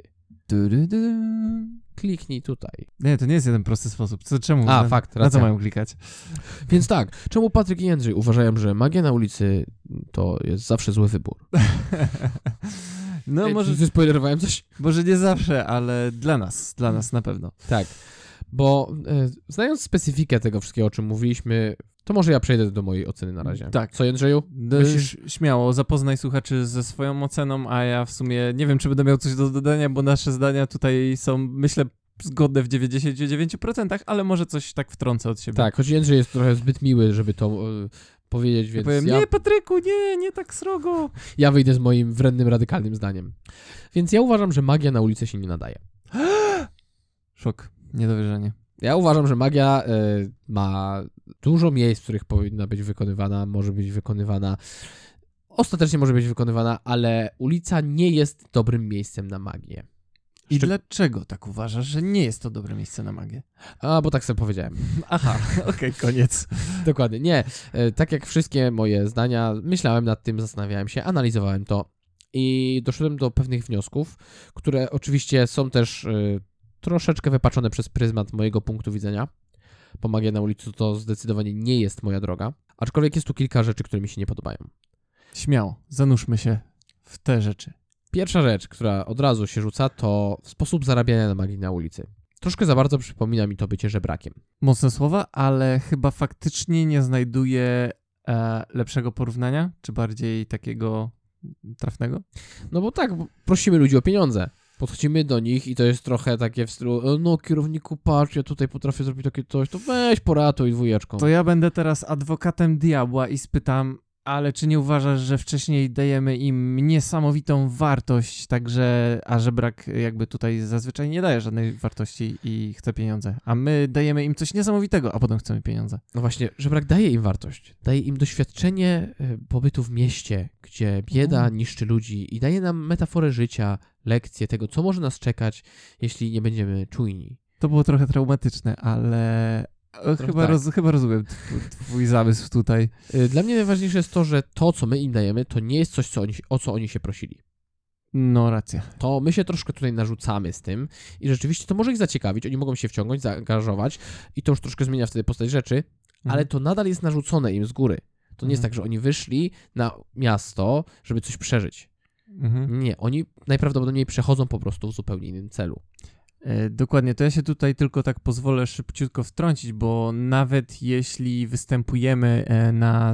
Kliknij tutaj. Nie, to nie jest jeden prosty sposób. Czemu? Fakt, racja. Na co mają klikać? Więc tak, czemu Patryk i Jędrzej uważają, że magia na ulicy to jest zawsze zły wybór? Może... Ty spoilerowałem coś? Może nie zawsze, ale dla nas na pewno. Tak, bo znając specyfikę tego wszystkiego, o czym mówiliśmy, to może ja przejdę do mojej oceny na razie. Tak. Co, Jędrzeju? Śmiało, zapoznaj słuchaczy ze swoją oceną, a ja w sumie nie wiem, czy będę miał coś do dodania, bo nasze zdania tutaj są, myślę, zgodne w 99%, ale może coś tak wtrącę od siebie. Tak, choć Jędrzej jest trochę zbyt miły, żeby to powiedzieć, więc powiem, nie, Patryku, nie tak srogo. Ja wyjdę z moim wrednym, radykalnym zdaniem. Więc ja uważam, że magia na ulicy się nie nadaje. Szok, niedowierzanie. Ja uważam, że magia ma dużo miejsc, w których powinna być wykonywana, może być wykonywana, ostatecznie może być wykonywana, ale ulica nie jest dobrym miejscem na magię. I dlaczego tak uważasz, że nie jest to dobre miejsce na magię? Bo tak sobie powiedziałem. Aha, okej, koniec. Dokładnie, nie. Tak jak wszystkie moje zdania, myślałem nad tym, zastanawiałem się, analizowałem to i doszedłem do pewnych wniosków, które oczywiście są też troszeczkę wypaczone przez pryzmat mojego punktu widzenia, bo magia na ulicy to zdecydowanie nie jest moja droga, aczkolwiek jest tu kilka rzeczy, które mi się nie podobają. Śmiało, zanurzmy się w te rzeczy. Pierwsza rzecz, która od razu się rzuca, to sposób zarabiania na magii na ulicy. Troszkę za bardzo przypomina mi to bycie żebrakiem. Mocne słowa, ale chyba faktycznie nie znajduję lepszego porównania, czy bardziej takiego trafnego? No bo tak, prosimy ludzi o pieniądze. Podchodzimy do nich i to jest trochę takie w stylu, no kierowniku, patrz, ja tutaj potrafię zrobić takie coś, to weź poratuj dwójeczką. To ja będę teraz adwokatem diabła i spytam, ale czy nie uważasz, że wcześniej dajemy im niesamowitą wartość, także, a żebrak jakby tutaj zazwyczaj nie daje żadnej wartości i chce pieniądze, a my dajemy im coś niesamowitego, a potem chcemy pieniądze. No właśnie, żebrak daje im wartość, daje im doświadczenie pobytu w mieście, gdzie bieda niszczy ludzi i daje nam metaforę życia, lekcję tego, co może nas czekać, jeśli nie będziemy czujni. To było trochę traumatyczne, ale... Chyba rozumiem twój zamysł tutaj. Dla mnie najważniejsze jest to, że to, co my im dajemy, to nie jest coś, o co oni się prosili. No, racja. To my się troszkę tutaj narzucamy z tym i rzeczywiście to może ich zaciekawić, oni mogą się wciągnąć, zaangażować i to już troszkę zmienia wtedy postać rzeczy, ale to nadal jest narzucone im z góry. To nie jest tak, że oni wyszli na miasto, żeby coś przeżyć. Nie, oni najprawdopodobniej przechodzą po prostu w zupełnie innym celu. Dokładnie, to ja się tutaj tylko tak pozwolę szybciutko wtrącić, bo nawet jeśli występujemy na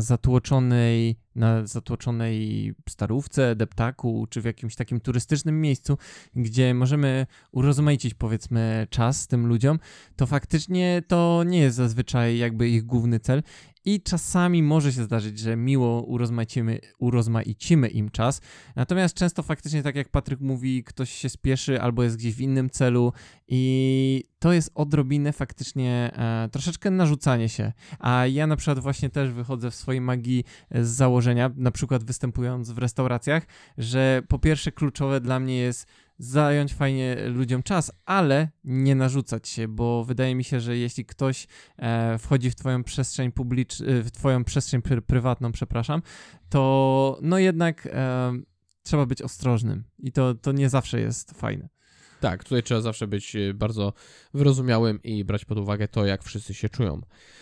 zatłoczonej starówce, deptaku, czy w jakimś takim turystycznym miejscu, gdzie możemy urozmaicić, powiedzmy, czas tym ludziom, to faktycznie to nie jest zazwyczaj jakby ich główny cel. I czasami może się zdarzyć, że miło urozmaicimy im czas, natomiast często faktycznie, tak jak Patryk mówi, ktoś się spieszy albo jest gdzieś w innym celu i to jest odrobinę faktycznie troszeczkę narzucanie się. A ja na przykład właśnie też wychodzę w swojej magii z założenia, na przykład występując w restauracjach, że po pierwsze kluczowe dla mnie jest zająć fajnie ludziom czas, ale nie narzucać się, bo wydaje mi się, że jeśli ktoś wchodzi w twoją przestrzeń prywatną, to no jednak trzeba być ostrożnym i to nie zawsze jest fajne. Tak, tutaj trzeba zawsze być bardzo wyrozumiałym i brać pod uwagę to, jak wszyscy się czują.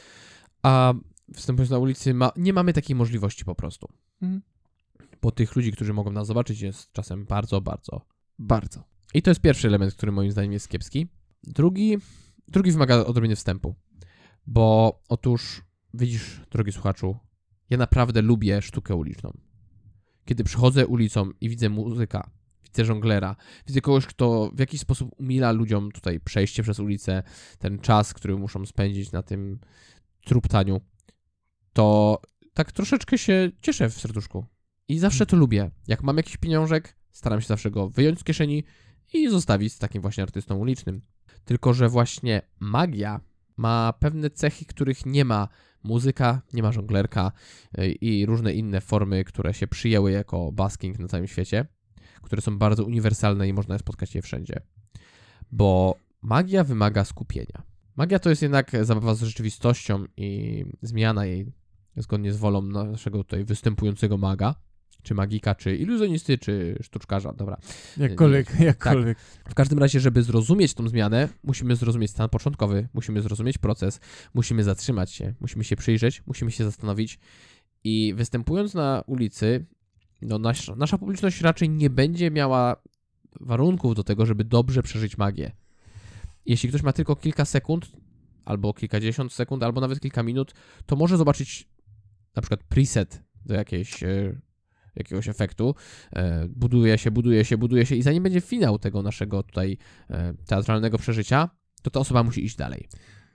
A występując na ulicy nie mamy takiej możliwości po prostu. Bo tych ludzi, którzy mogą nas zobaczyć, jest czasem bardzo. I to jest pierwszy element, który moim zdaniem jest kiepski. Drugi wymaga odrobiny wstępu. Bo otóż, widzisz, drogi słuchaczu, ja naprawdę lubię sztukę uliczną. Kiedy przychodzę ulicą i widzę muzyka, widzę żonglera, widzę kogoś, kto w jakiś sposób umila ludziom tutaj przejście przez ulicę, ten czas, który muszą spędzić na tym truptaniu, to tak troszeczkę się cieszę w serduszku. I zawsze to lubię. Jak mam jakiś pieniążek, staram się zawsze go wyjąć z kieszeni i zostawić z takim właśnie artystą ulicznym. Tylko że właśnie magia ma pewne cechy, których nie ma muzyka, nie ma żonglerka i różne inne formy, które się przyjęły jako basking na całym świecie, które są bardzo uniwersalne i można spotkać je wszędzie. Bo magia wymaga skupienia. Magia to jest jednak zabawa z rzeczywistością i zmiana jej zgodnie z wolą naszego tutaj występującego maga, czy magika, czy iluzjonisty, czy sztuczkarza, dobra. Jakkolwiek. Tak. W każdym razie, żeby zrozumieć tą zmianę, musimy zrozumieć stan początkowy, musimy zrozumieć proces, musimy zatrzymać się, musimy się przyjrzeć, musimy się zastanowić i występując na ulicy, no nasza publiczność raczej nie będzie miała warunków do tego, żeby dobrze przeżyć magię. Jeśli ktoś ma tylko kilka sekund, albo kilkadziesiąt sekund, albo nawet kilka minut, to może zobaczyć na przykład preset do jakiegoś efektu, buduje się i zanim będzie finał tego naszego tutaj teatralnego przeżycia, to ta osoba musi iść dalej.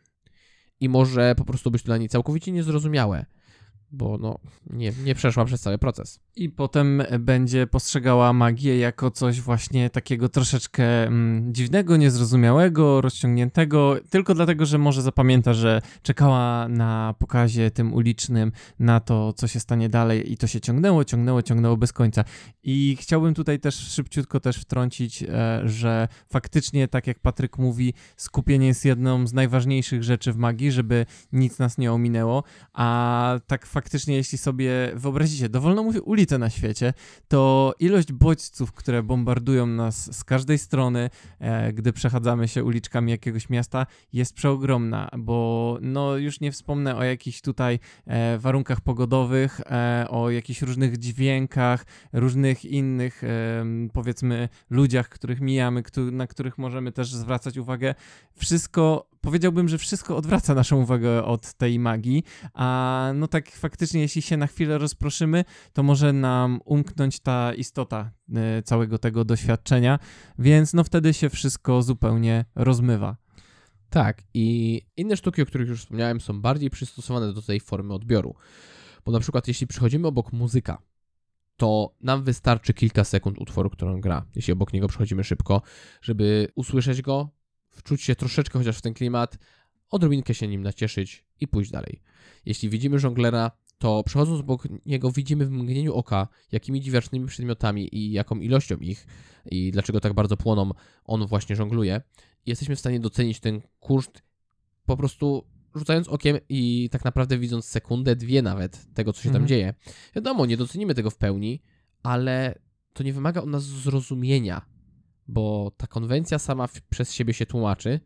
I może po prostu być to dla niej całkowicie niezrozumiałe, bo no nie przeszła przez cały proces. I potem będzie postrzegała magię jako coś właśnie takiego troszeczkę dziwnego, niezrozumiałego, rozciągniętego, tylko dlatego, że może zapamięta, że czekała na pokazie tym ulicznym na to, co się stanie dalej i to się ciągnęło bez końca. I chciałbym tutaj też szybciutko wtrącić, że faktycznie, tak jak Patryk mówi, skupienie jest jedną z najważniejszych rzeczy w magii, żeby nic nas nie ominęło, a tak faktycznie, jeśli sobie wyobrazicie, dowolną mówię ulicę na świecie, to ilość bodźców, które bombardują nas z każdej strony, gdy przechadzamy się uliczkami jakiegoś miasta, jest przeogromna, bo no już nie wspomnę o jakichś tutaj warunkach pogodowych, o jakichś różnych dźwiękach, różnych innych powiedzmy ludziach, których mijamy, na których możemy też zwracać uwagę. Powiedziałbym, że wszystko odwraca naszą uwagę od tej magii, a no tak faktycznie, jeśli się na chwilę rozproszymy, to może nam umknąć ta istota całego tego doświadczenia, więc no wtedy się wszystko zupełnie rozmywa. Tak, i inne sztuki, o których już wspomniałem, są bardziej przystosowane do tej formy odbioru. Bo na przykład jeśli przechodzimy obok muzyka, to nam wystarczy kilka sekund utworu, który on gra, jeśli obok niego przechodzimy szybko, żeby usłyszeć go, wczuć się troszeczkę chociaż w ten klimat, odrobinkę się nim nacieszyć i pójść dalej. Jeśli widzimy żonglera, to przechodząc obok niego widzimy w mgnieniu oka, jakimi dziwacznymi przedmiotami i jaką ilością ich i dlaczego tak bardzo płoną on właśnie żongluje. I jesteśmy w stanie docenić ten kunszt po prostu rzucając okiem i tak naprawdę widząc sekundę, dwie nawet tego, co się tam dzieje. Wiadomo, nie docenimy tego w pełni, ale to nie wymaga od nas zrozumienia, bo ta konwencja sama przez siebie się tłumaczy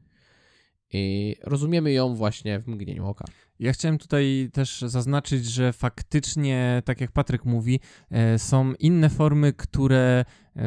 i rozumiemy ją właśnie w mgnieniu oka. Ja chciałem tutaj też zaznaczyć, że faktycznie, tak jak Patryk mówi, są inne formy, które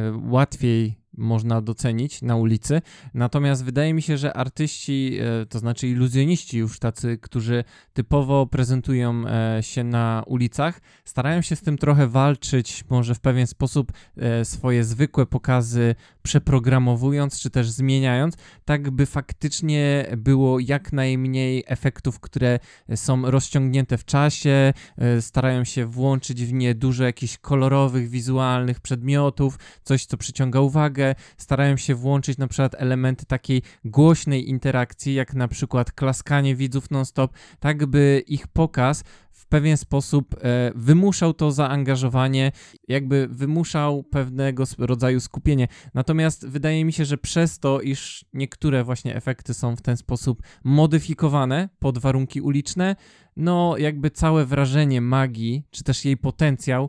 łatwiej można docenić na ulicy, natomiast wydaje mi się, że artyści, to znaczy iluzjoniści już tacy, którzy typowo prezentują się na ulicach, starają się z tym trochę walczyć, może w pewien sposób swoje zwykłe pokazy przeprogramowując, czy też zmieniając, tak by faktycznie było jak najmniej efektów, które są rozciągnięte w czasie, starają się włączyć w nie dużo jakichś kolorowych, wizualnych przedmiotów, coś, co przyciąga uwagę, starają się włączyć na przykład elementy takiej głośnej interakcji, jak na przykład klaskanie widzów non-stop, tak by ich pokaz w pewien sposób wymuszał to zaangażowanie, jakby wymuszał pewnego rodzaju skupienie. Natomiast wydaje mi się, że przez to, iż niektóre właśnie efekty są w ten sposób modyfikowane pod warunki uliczne, no jakby całe wrażenie magii, czy też jej potencjał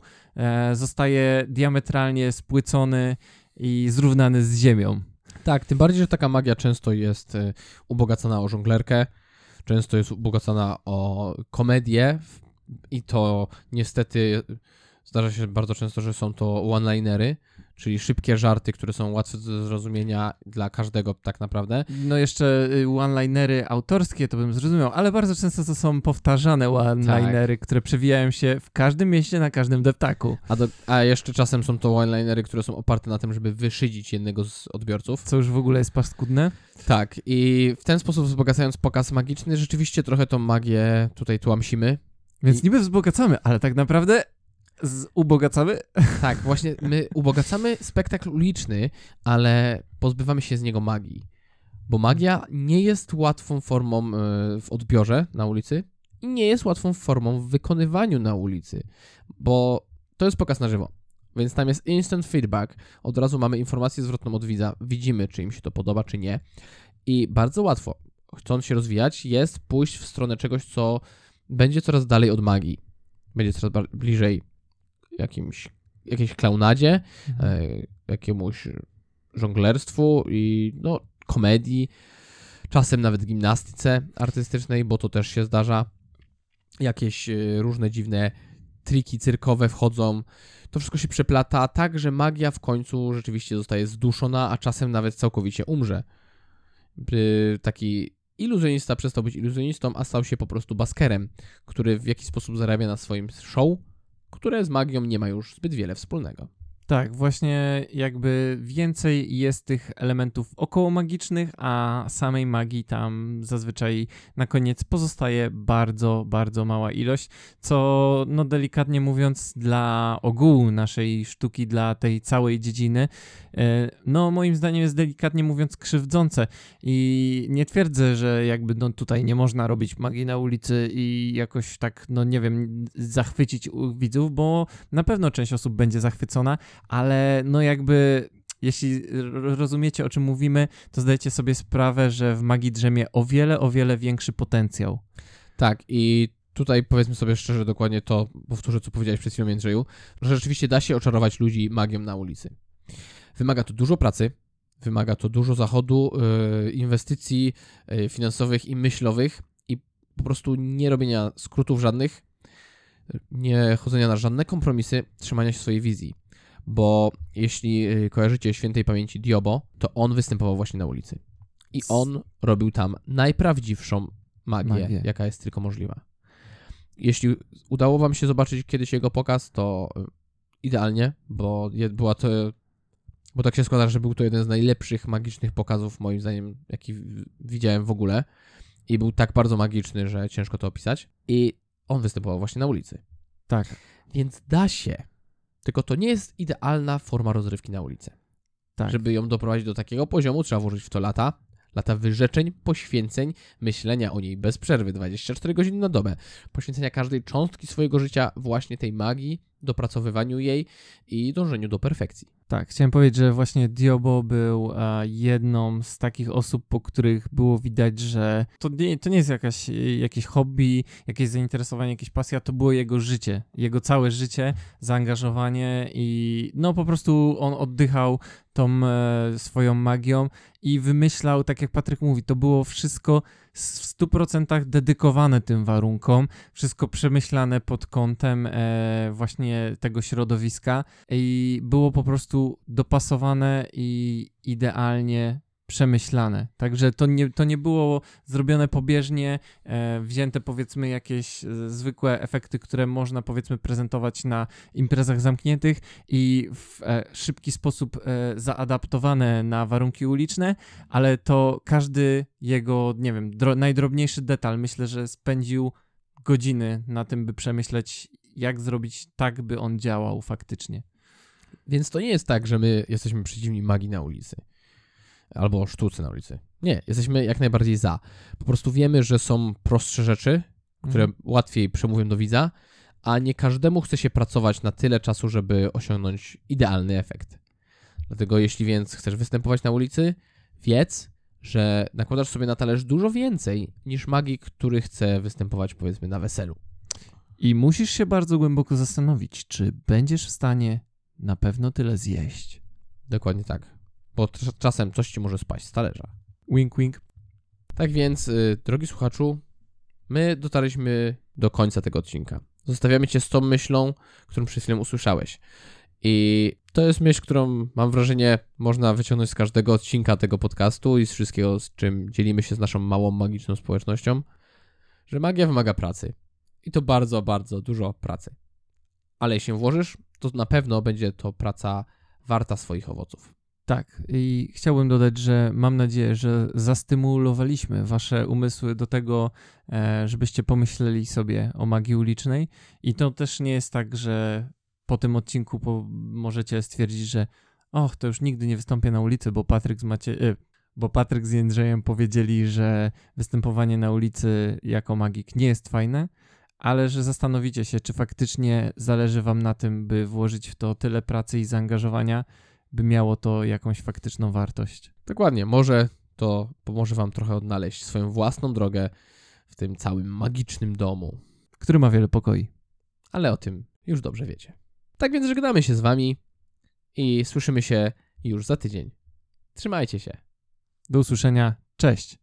zostaje diametralnie spłycony i zrównany z ziemią. Tak, tym bardziej, że taka magia często jest ubogacana o żonglerkę, często jest ubogacana o komedię i to niestety zdarza się bardzo często, że są to one-linery, czyli szybkie żarty, które są łatwe do zrozumienia dla każdego tak naprawdę. No jeszcze one-linery autorskie to bym zrozumiał, ale bardzo często to są powtarzane one-linery, które przewijają się w każdym mieście, na każdym deptaku. A jeszcze czasem są to one-linery, które są oparte na tym, żeby wyszydzić jednego z odbiorców. Co już w ogóle jest paskudne. Tak, i w ten sposób wzbogacając pokaz magiczny, rzeczywiście trochę tą magię tutaj tłamsimy. Więc niby wzbogacamy, ale tak naprawdę ubogacamy? Tak, właśnie my ubogacamy spektakl uliczny, ale pozbywamy się z niego magii. Bo magia nie jest łatwą formą w odbiorze na ulicy i nie jest łatwą formą w wykonywaniu na ulicy, bo to jest pokaz na żywo. Więc tam jest instant feedback, od razu mamy informację zwrotną od widza, widzimy, czy im się to podoba, czy nie. I bardzo łatwo, chcąc się rozwijać, jest pójść w stronę czegoś, co będzie coraz dalej od magii. Będzie coraz bliżej jakiejś klaunadzie, jakiemuś żonglerstwu i no, komedii, czasem nawet gimnastyce artystycznej, bo to też się zdarza. Jakieś różne dziwne triki cyrkowe wchodzą. To wszystko się przeplata tak, że magia w końcu rzeczywiście zostaje zduszona, a czasem nawet całkowicie umrze. Taki iluzjonista przestał być iluzjonistą, a stał się po prostu baskerem, który w jakiś sposób zarabia na swoim show, które z magią nie ma już zbyt wiele wspólnego. Tak, właśnie jakby więcej jest tych elementów około magicznych, a samej magii tam zazwyczaj na koniec pozostaje bardzo, bardzo mała ilość, co no delikatnie mówiąc dla ogółu naszej sztuki, dla tej całej dziedziny, no moim zdaniem jest delikatnie mówiąc krzywdzące i nie twierdzę, że jakby no tutaj nie można robić magii na ulicy i jakoś tak, no nie wiem, zachwycić widzów, bo na pewno część osób będzie zachwycona, ale no jakby jeśli rozumiecie, o czym mówimy, to zdajecie sobie sprawę, że w magii drzemie o wiele większy potencjał. Tak, i tutaj powiedzmy sobie szczerze, dokładnie to powtórzę, co powiedziałeś przed chwilą, Jędrzeju, że rzeczywiście da się oczarować ludzi magią na ulicy. Wymaga to dużo pracy, wymaga to dużo zachodu, inwestycji finansowych i myślowych i po prostu nie robienia skrótów żadnych, nie chodzenia na żadne kompromisy, trzymania się swojej wizji. Bo jeśli kojarzycie świętej pamięci Diobo, to on występował właśnie na ulicy. I on robił tam najprawdziwszą magię, jaka jest tylko możliwa. Jeśli udało wam się zobaczyć kiedyś jego pokaz, to idealnie, bo tak się składa, że był to jeden z najlepszych magicznych pokazów, moim zdaniem, jaki widziałem w ogóle. I był tak bardzo magiczny, że ciężko to opisać. I on występował właśnie na ulicy. Tak. Więc da się. Tylko to nie jest idealna forma rozrywki na ulicy. Tak. Żeby ją doprowadzić do takiego poziomu, trzeba włożyć w to lata wyrzeczeń, poświęceń, myślenia o niej bez przerwy, 24 godziny na dobę, poświęcenia każdej cząstki swojego życia właśnie tej magii dopracowywaniu jej i dążeniu do perfekcji. Tak, chciałem powiedzieć, że właśnie Diobo był jedną z takich osób, po których było widać, że to nie jest jakieś hobby, jakieś zainteresowanie, jakaś pasja, to było jego życie, jego całe życie, zaangażowanie i no po prostu on oddychał tą swoją magią i wymyślał, tak jak Patryk mówi, to było wszystko w 100% dedykowane tym warunkom, wszystko przemyślane pod kątem właśnie tego środowiska i było po prostu dopasowane i idealnie przemyślane. Także to nie było zrobione pobieżnie, wzięte powiedzmy jakieś zwykłe efekty, które można powiedzmy prezentować na imprezach zamkniętych i w szybki sposób zaadaptowane na warunki uliczne, ale to każdy jego, nie wiem, najdrobniejszy detal, myślę, że spędził godziny na tym, by przemyśleć, jak zrobić tak, by on działał faktycznie. Więc to nie jest tak, że my jesteśmy przeciwni magii na ulicy. Albo sztuce na ulicy. Nie, jesteśmy jak najbardziej za. Po prostu wiemy, że są prostsze rzeczy, które łatwiej przemówią do widza, a nie każdemu chce się pracować na tyle czasu, żeby osiągnąć idealny efekt. Dlatego jeśli więc chcesz występować na ulicy, wiedz, że nakładasz sobie na talerz dużo więcej niż magik, który chce występować powiedzmy na weselu. I musisz się bardzo głęboko zastanowić, czy będziesz w stanie na pewno tyle zjeść. Dokładnie tak. Bo czasem coś ci może spaść z talerza. Wink, wink. Tak więc, drogi słuchaczu, my dotarliśmy do końca tego odcinka. Zostawiamy cię z tą myślą, którą przed chwilą usłyszałeś. I to jest myśl, którą mam wrażenie można wyciągnąć z każdego odcinka tego podcastu i z wszystkiego, z czym dzielimy się z naszą małą, magiczną społecznością, że magia wymaga pracy. I to bardzo, bardzo dużo pracy. Ale jeśli się włożysz, to na pewno będzie to praca warta swoich owoców. Tak, i chciałbym dodać, że mam nadzieję, że zastymulowaliśmy wasze umysły do tego, żebyście pomyśleli sobie o magii ulicznej i to też nie jest tak, że po tym odcinku możecie stwierdzić, że to już nigdy nie wystąpię na ulicy, bo Patryk z Jędrzejem powiedzieli, że występowanie na ulicy jako magik nie jest fajne, ale że zastanowicie się, czy faktycznie zależy wam na tym, by włożyć w to tyle pracy i zaangażowania, by miało to jakąś faktyczną wartość. Dokładnie, może to pomoże wam trochę odnaleźć swoją własną drogę w tym całym magicznym domu. Który ma wiele pokoi. Ale o tym już dobrze wiecie. Tak więc żegnamy się z wami i słyszymy się już za tydzień. Trzymajcie się. Do usłyszenia. Cześć.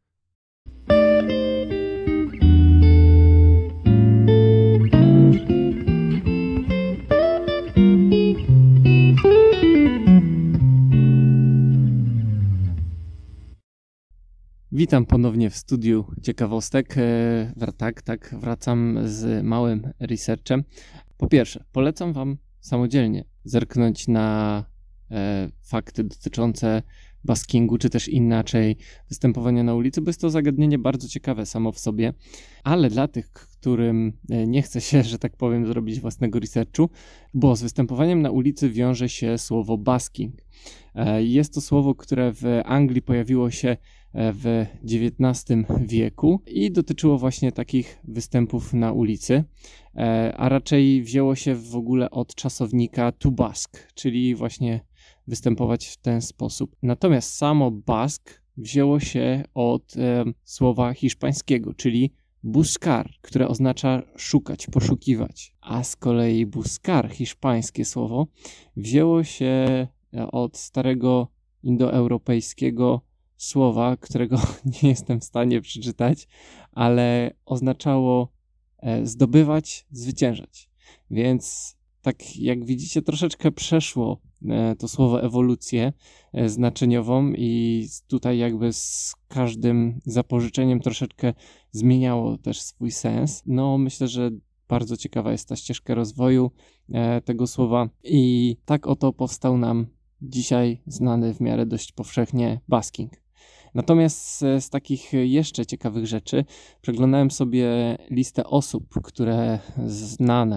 Witam ponownie w studiu ciekawostek. Wracam z małym researchem. Po pierwsze, polecam wam samodzielnie zerknąć na fakty dotyczące buskingu, czy też inaczej występowania na ulicy, bo jest to zagadnienie bardzo ciekawe samo w sobie, ale dla tych, którym nie chce się, że tak powiem, zrobić własnego researchu, bo z występowaniem na ulicy wiąże się słowo busking. Jest to słowo, które w Anglii pojawiło się w XIX wieku i dotyczyło właśnie takich występów na ulicy, a raczej wzięło się w ogóle od czasownika to busk, czyli właśnie występować w ten sposób. Natomiast samo busk wzięło się od słowa hiszpańskiego, czyli buscar, które oznacza szukać, poszukiwać, a z kolei buscar, hiszpańskie słowo, wzięło się od starego indoeuropejskiego słowa, którego nie jestem w stanie przeczytać, ale oznaczało zdobywać, zwyciężać. Więc tak jak widzicie, troszeczkę przeszło to słowo ewolucję znaczeniową i tutaj jakby z każdym zapożyczeniem troszeczkę zmieniało też swój sens. No myślę, że bardzo ciekawa jest ta ścieżka rozwoju tego słowa i tak oto powstał nam dzisiaj znany w miarę dość powszechnie busking. Natomiast z takich jeszcze ciekawych rzeczy przeglądałem sobie listę osób, które znane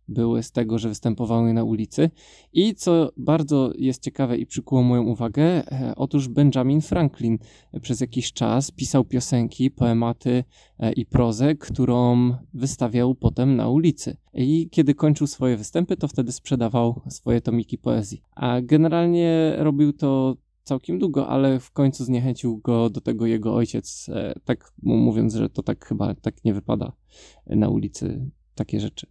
były z tego, że występowały na ulicy. I co bardzo jest ciekawe i przykuło moją uwagę, otóż Benjamin Franklin przez jakiś czas pisał piosenki, poematy i prozę, którą wystawiał potem na ulicy. I kiedy kończył swoje występy, to wtedy sprzedawał swoje tomiki poezji. A generalnie robił to całkiem długo, ale w końcu zniechęcił go do tego jego ojciec, tak mu mówiąc, że to tak chyba tak nie wypada na ulicy takie rzeczy.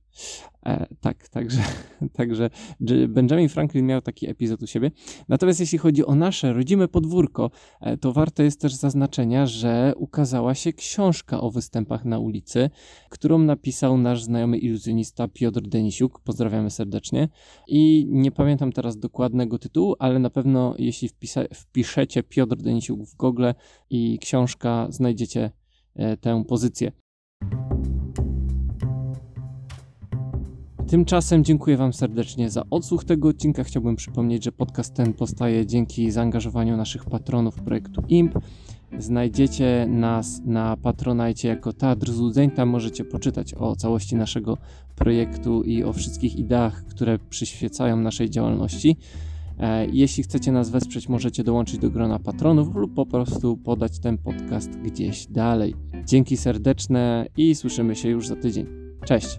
Także Benjamin Franklin miał taki epizod u siebie. Natomiast jeśli chodzi o nasze rodzime podwórko, to warte jest też zaznaczenia, że ukazała się książka o występach na ulicy, którą napisał nasz znajomy iluzjonista Piotr Denisiuk. Pozdrawiamy serdecznie. I nie pamiętam teraz dokładnego tytułu, ale na pewno jeśli wpiszecie Piotr Denisiuk w Google i książka, znajdziecie tę pozycję. Tymczasem dziękuję Wam serdecznie za odsłuch tego odcinka. Chciałbym przypomnieć, że podcast ten powstaje dzięki zaangażowaniu naszych patronów projektu IMP. Znajdziecie nas na Patronite jako Teatr Złudzeń. Tam możecie poczytać o całości naszego projektu i o wszystkich ideach, które przyświecają naszej działalności. Jeśli chcecie nas wesprzeć, możecie dołączyć do grona patronów lub po prostu podać ten podcast gdzieś dalej. Dzięki serdeczne i słyszymy się już za tydzień. Cześć!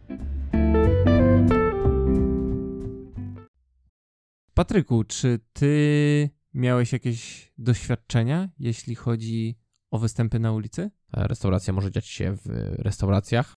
Patryku, czy ty miałeś jakieś doświadczenia, jeśli chodzi o występy na ulicy? Restauracja może dziać się w restauracjach.